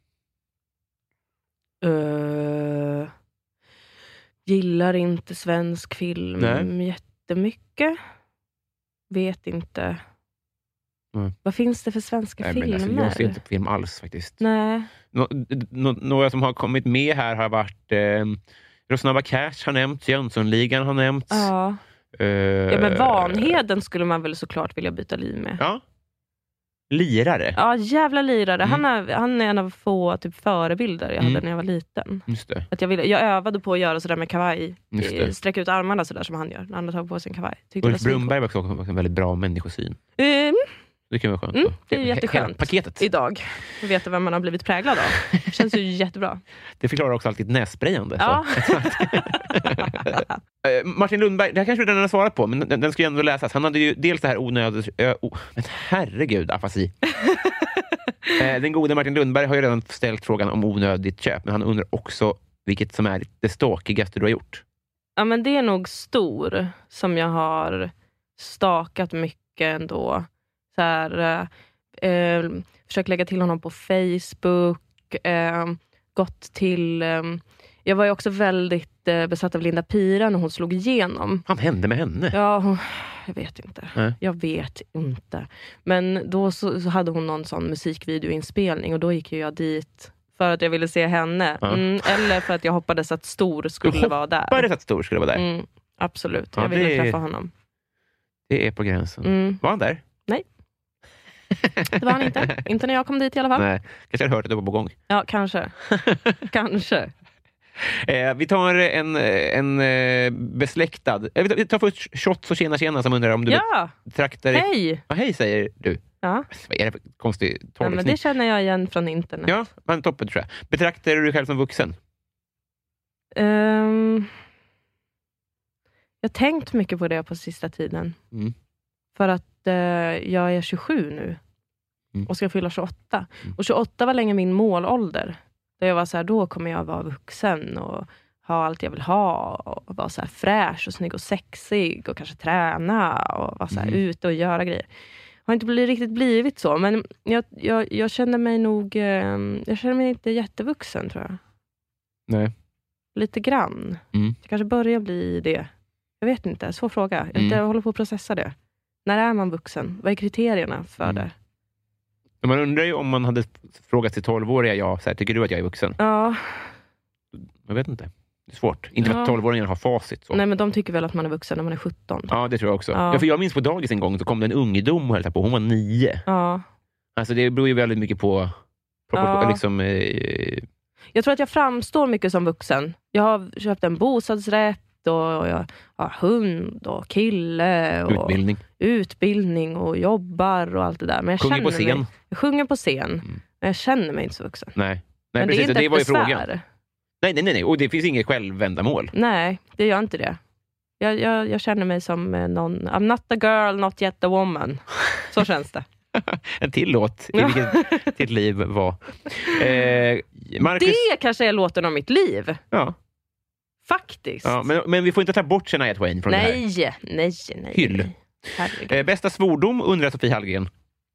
Uh, gillar inte svensk film Nej. jättemycket. Vet inte. Mm. Vad finns det för svenska Nej, filmer? men alltså, jag ser inte på film alls faktiskt. Nej. Nå, nå, några som har kommit med här har varit eh, Rosnabba Cash har nämnts, Jönssonligan har nämnts. Ja. Eh, Ja, men Vanheden skulle man väl såklart vilja byta liv med. Ja. Lirare. Ja, jävla lirare. Mm. Han, är, han är en av få typ, förebilder jag Mm. hade när jag var liten. Just det. Att jag, ville, jag övade på att göra sådär med kavaj. Just det. Sträcka ut armarna sådär som han gör. När han har tagit på sin kavaj. Tyckte Ulf det var Brunnberg var också en väldigt bra människosyn. Mm, Det kan vara skönt. Mm, det är He- jätteskönt. hela paketet. idag. Jag vet vem man har blivit präglad av. Det känns ju jättebra. Det förklarar också alltid nässprayande. Ja. Eh, Martin Lundberg, det här kanske du redan har svarat på, men den, den ska ju ändå läsas. Han hade ju dels det här onödigt... Ö, oh, men herregud, afasi. eh, den gode Martin Lundberg har ju redan ställt frågan om onödigt köp, men han undrar också vilket som är det ståkigaste du har gjort. Ja, men det är nog stor som jag har stakat mycket ändå. Så här, eh, eh, försökt lägga till honom på Facebook. Eh, gått till... Eh, jag var ju också väldigt eh, besatt av Linda Pira när hon slog igenom. Vad hände med henne? Ja, hon, jag vet inte. Nej. Jag vet inte. Men då så, så hade hon någon sån musikvideoinspelning och då gick ju jag dit för att jag ville se henne. Ja. Mm, eller för att jag hoppades att Stor skulle vara där. Hoppades att Stor skulle vara där. Mm, absolut, Ja, jag ville det- träffa honom. Det är på gränsen. Mm. Var han där? Det var han inte. Inte när jag kom dit i alla fall. Nej, kanske jag hört att det var på gång. Ja, kanske. kanske. Eh, vi tar en, en eh, besläktad... Eh, vi tar först Shots och Tjena Tjena som undrar om du Ja, betraktar dig... hej! Ja, hej säger du. Ja. Vad är det för konstig Ja, tolkning? men det känner jag igen från internet. Ja, men toppen tror jag. Betraktar du dig själv som vuxen? Ehm, jag har tänkt mycket på det på sista tiden. Mm. För att eh, jag är tjugosju nu. Mm. Och ska fylla tjugoåtta. Mm. Och tjugoåtta var länge min målålder. Där jag var så här, då kommer jag vara vuxen och ha allt jag vill ha. Och vara så här fräsch och snygg och sexig. Och kanske träna och vara så här Mm. ute och göra grejer. Har inte blivit, riktigt blivit så. Men jag, jag, jag känner mig nog... Eh, jag känner mig inte jättevuxen tror jag. Nej. Lite grann. Mm. Jag kanske börjar bli det. Jag vet inte, svår fråga. Jag, Mm. jag håller på att processa det. När är man vuxen? Vad är kriterierna för Mm. det? Man undrar ju om man hade frågat till tolvåriga, ja, så här, tycker du att jag är vuxen? Ja, Jag vet inte. Det är svårt. Inte för Ja. att tolvåringar har facit. Så. nej men de tycker väl att man är vuxen när man är sjutton. Ja, det tror jag också. Ja. Ja. för jag minns på dagis en gång så kom det en ungdom och hälsade på. Hon var nio. Ja. Alltså det beror ju väldigt mycket på... på Ja. liksom, eh, Jag tror att jag framstår mycket som vuxen. Jag har köpt en bostadsrätt och jag har hund och kille och utbildning. utbildning och jobbar och allt det där. Men jag Sjunger känner på scen. Mig, jag sjunger på scen. Mm. Men jag känner mig inte så vuxen. Nej. Nej, men precis. det är inte det ett var ju besvär. frågan. Nej, nej, nej, nej. Och det finns inget självändamål. Nej, det gör inte det. Jag, jag, jag känner mig som eh, någon... I'm not a girl, not yet a woman. Så känns det. En till låt i vilket ditt liv var. Eh, Marcus, Det kanske är låten om mitt liv. ja. Faktiskt. Ja, men, men vi får inte ta bort Shania Twain från det här. nej, nej, nej. Hyll. nej. Herregud. Eh, bästa svordom undrar Sofie Hallgren.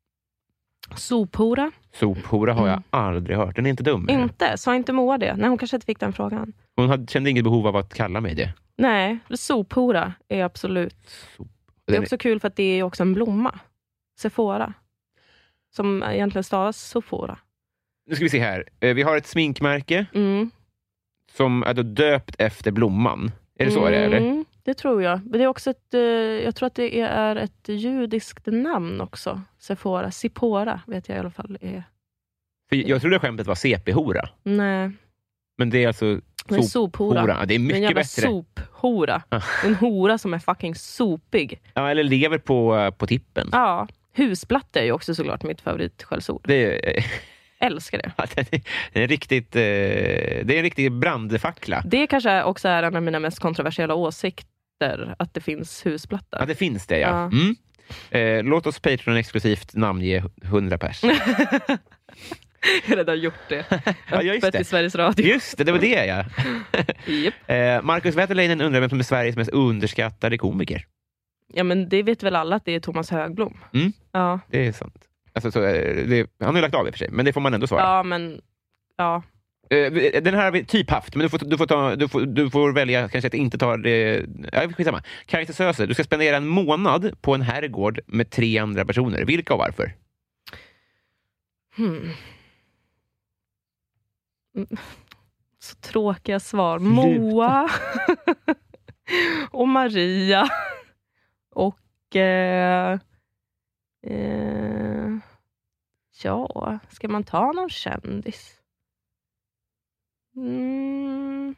Sophora? Sophora har jag Mm. aldrig hört. Den är inte dum. eller? Inte. Sa inte Moa det? Nej, hon kanske inte fick den frågan. Hon hade, kände inget behov av att kalla mig det. Nej, sophora är absolut. Sop. Det är Den också kul för att det är också en blomma. Sephora. Som egentligen stavas Sophora. Nu ska vi se här. Eh, vi har ett sminkmärke Mm. som är då döpt efter blomman. Är det så det är, eller? Mm, det tror jag. Men det är också ett, eh, jag tror att det är ett judiskt namn också. Sephora. Sipora vet jag i alla fall är För jag trodde skämtet var C P-hora. Nej. Men det är alltså Det är sophora. hora. Det är mycket en jävla bättre. sophora. En hora som är fucking sopig. Ja, eller lever på, på tippen. Ja. Husplatta är ju också såklart mitt favoritskällsord. Det är... Älskar det. Ja, det är en riktigt, eh, det är en riktig brandfackla. Det kanske också är en av mina mest kontroversiella åsikter, att det finns husplatta. Ja, det finns det, ja. Ja. Mm. Eh, låt oss Patreon-exklusivt namnge hundra pers. Jag har redan gjort det. Ja, just Öppet det. i Sveriges Radio. Just det, det var det, ja. Yep. eh, Marcus Wetterleinen undrar vem som är Sveriges mest underskattade komiker. Ja, men det vet väl alla att det är Thomas Högblom. Mm. Ja. Det är sant. Alltså, så, eh, det, han har ju lagt av i och för sig, men det får man ändå svara. Ja, men... Ja. Den här har vi typ haft, men du får, du får, ta, du får, du får välja kanske att inte ta det... Ja, skitsamma. Kajsa Söze, du ska spendera en månad på en herrgård med tre andra personer. Vilka och varför? Hmm. Så tråkiga svar. Moa och Maria och eh, eh, ja, ska man ta någon kändis? Mm.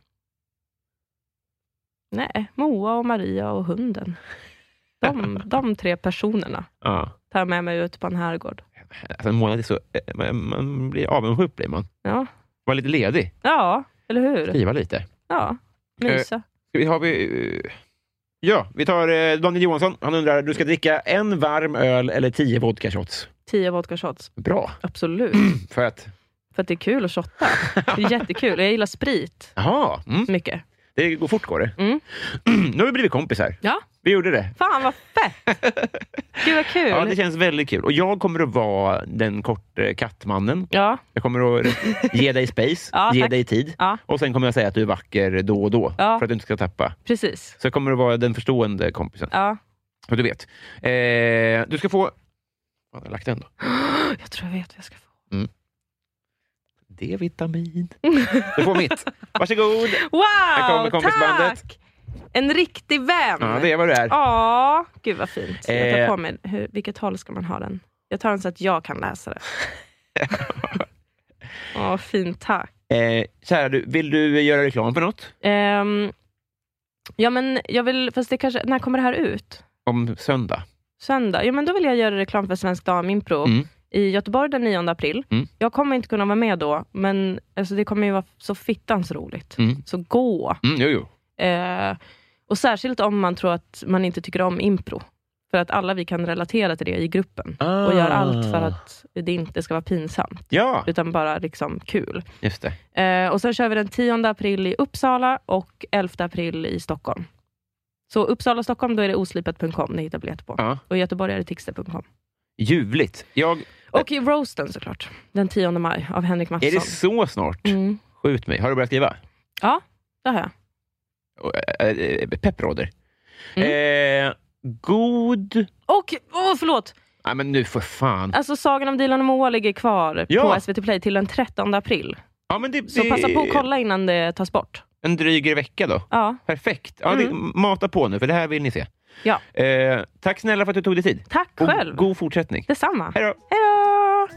Nej, Moa och Maria och hunden. De, de tre personerna Ja. tar med mig ut på en herrgård. Alltså, en månad är så... Man, man blir avundsjuk, blir man. Ja, Var lite ledig. ja, eller hur? Skriva lite. Ja, mysa. Vi har vi... Ja, vi tar eh, Daniel Johansson. Han undrar, du ska dricka en varm öl eller tio vodka shots. Tio vodka shots. Bra. Absolut. För att... För att det är kul att shotta. Det är jättekul. Jag gillar sprit. Jaha. Mm. Mycket. Det går fort, går det. Mm. Nu har vi blivit kompisar. Ja. Vi gjorde det. Fan vad fett. Gud vad kul. Ja, det känns väldigt kul. Och jag kommer att vara den korte kattmannen. Ja. Jag kommer att ge dig space, Ja, ge tack. dig tid. Ja. Och sen kommer jag säga att du är vacker då och då. Ja. För att du inte ska tappa. Precis. Så jag kommer att vara den förstående kompisen. Ja. Och du vet. Eh, du ska få... Vad har jag lagt den då? Jag tror jag vet vad jag ska få. Mm. D-vitamin. Du får mitt. Varsågod. Wow, Här kommer kompisbandet. tack. En riktig vän. Ja, det är vad du är. Ja, gud vad fint. Jag tar Eh. på mig. Hur, vilket håll ska man ha den? Jag tar den så att jag kan läsa det. Ja, fint, tack. Eh, kära du, vill du göra reklam för något? Um, ja, men jag vill, fast det kanske, när kommer det här ut? Om söndag? Söndag. Ja, men då vill jag göra reklam för Svensk Damimpro Mm. i Göteborg den nionde april. Mm. Jag kommer inte kunna vara med då, men alltså, det kommer ju vara så fittans roligt. Mm. Så gå. Mm, jo, jo. Eh, och särskilt om man tror att man inte tycker om impro. För att alla vi kan relatera till det i gruppen. Ah. Och gör allt för att det inte ska vara pinsamt. Ja, Utan bara liksom kul. just det. Eh, och sen kör vi den tionde april i Uppsala och elfte april i Stockholm. Så Uppsala och Stockholm, då är det oslipet punkt com ni hittar biljetter på. Ja. Och i Göteborg är det tixter punkt com. Ljuvligt. Jag, Och i Roasten såklart. Den tionde maj av Henrik är Mattsson. det så snart? Mm. Skjut mig. Har du börjat skriva? Ja, det har jag. Eh, eh, Peppråder. Mm. Eh, god... Och, åh förlåt. Nej, men nu för fan. Alltså Sagan om Dilan och Moa ligger kvar Ja. på S V T Play till den trettonde april. Ja, men det, Så det, passa på att kolla innan det tas bort. En dryg vecka då. Ja, Perfekt. Ja, Mm. det, mata på nu, för det här vill ni se. ja. Eh, tack snälla för att du tog dig tid. Tack Och själv. god fortsättning. Detsamma. Hej då. Hej då!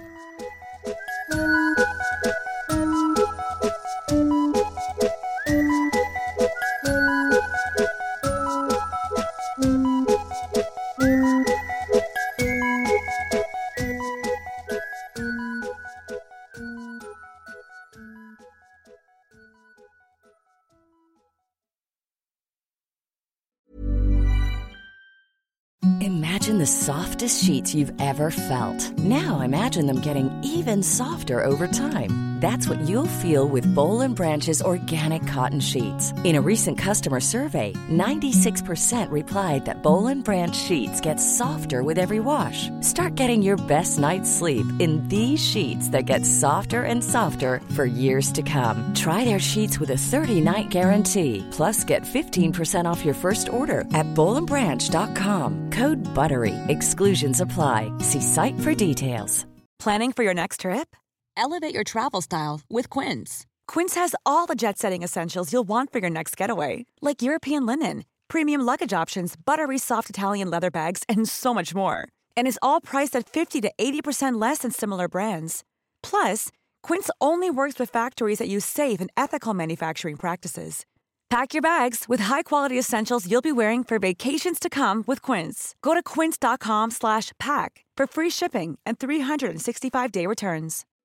Imagine the softest sheets you've ever felt. Now imagine them getting even softer over time. That's what you'll feel with Boll and Branch's organic cotton sheets. In a recent customer survey, ninety-six percent replied that Boll and Branch sheets get softer with every wash. Start getting your best night's sleep in these sheets that get softer and softer for years to come. Try their sheets with a thirty-night guarantee. Plus, get fifteen percent off your first order at boll and branch dot com. Code BUTTERY. Exclusions apply. See site for details. Planning for your next trip? Elevate your travel style with Quince. Quince has all the jet-setting essentials you'll want for your next getaway, like European linen, premium luggage options, buttery soft Italian leather bags, and so much more. And is all priced at fifty to eighty percent less than similar brands. Plus, Quince only works with factories that use safe and ethical manufacturing practices. Pack your bags with high-quality essentials you'll be wearing for vacations to come with Quince. Go to quince dot com slash pack for free shipping and three sixty-five day returns.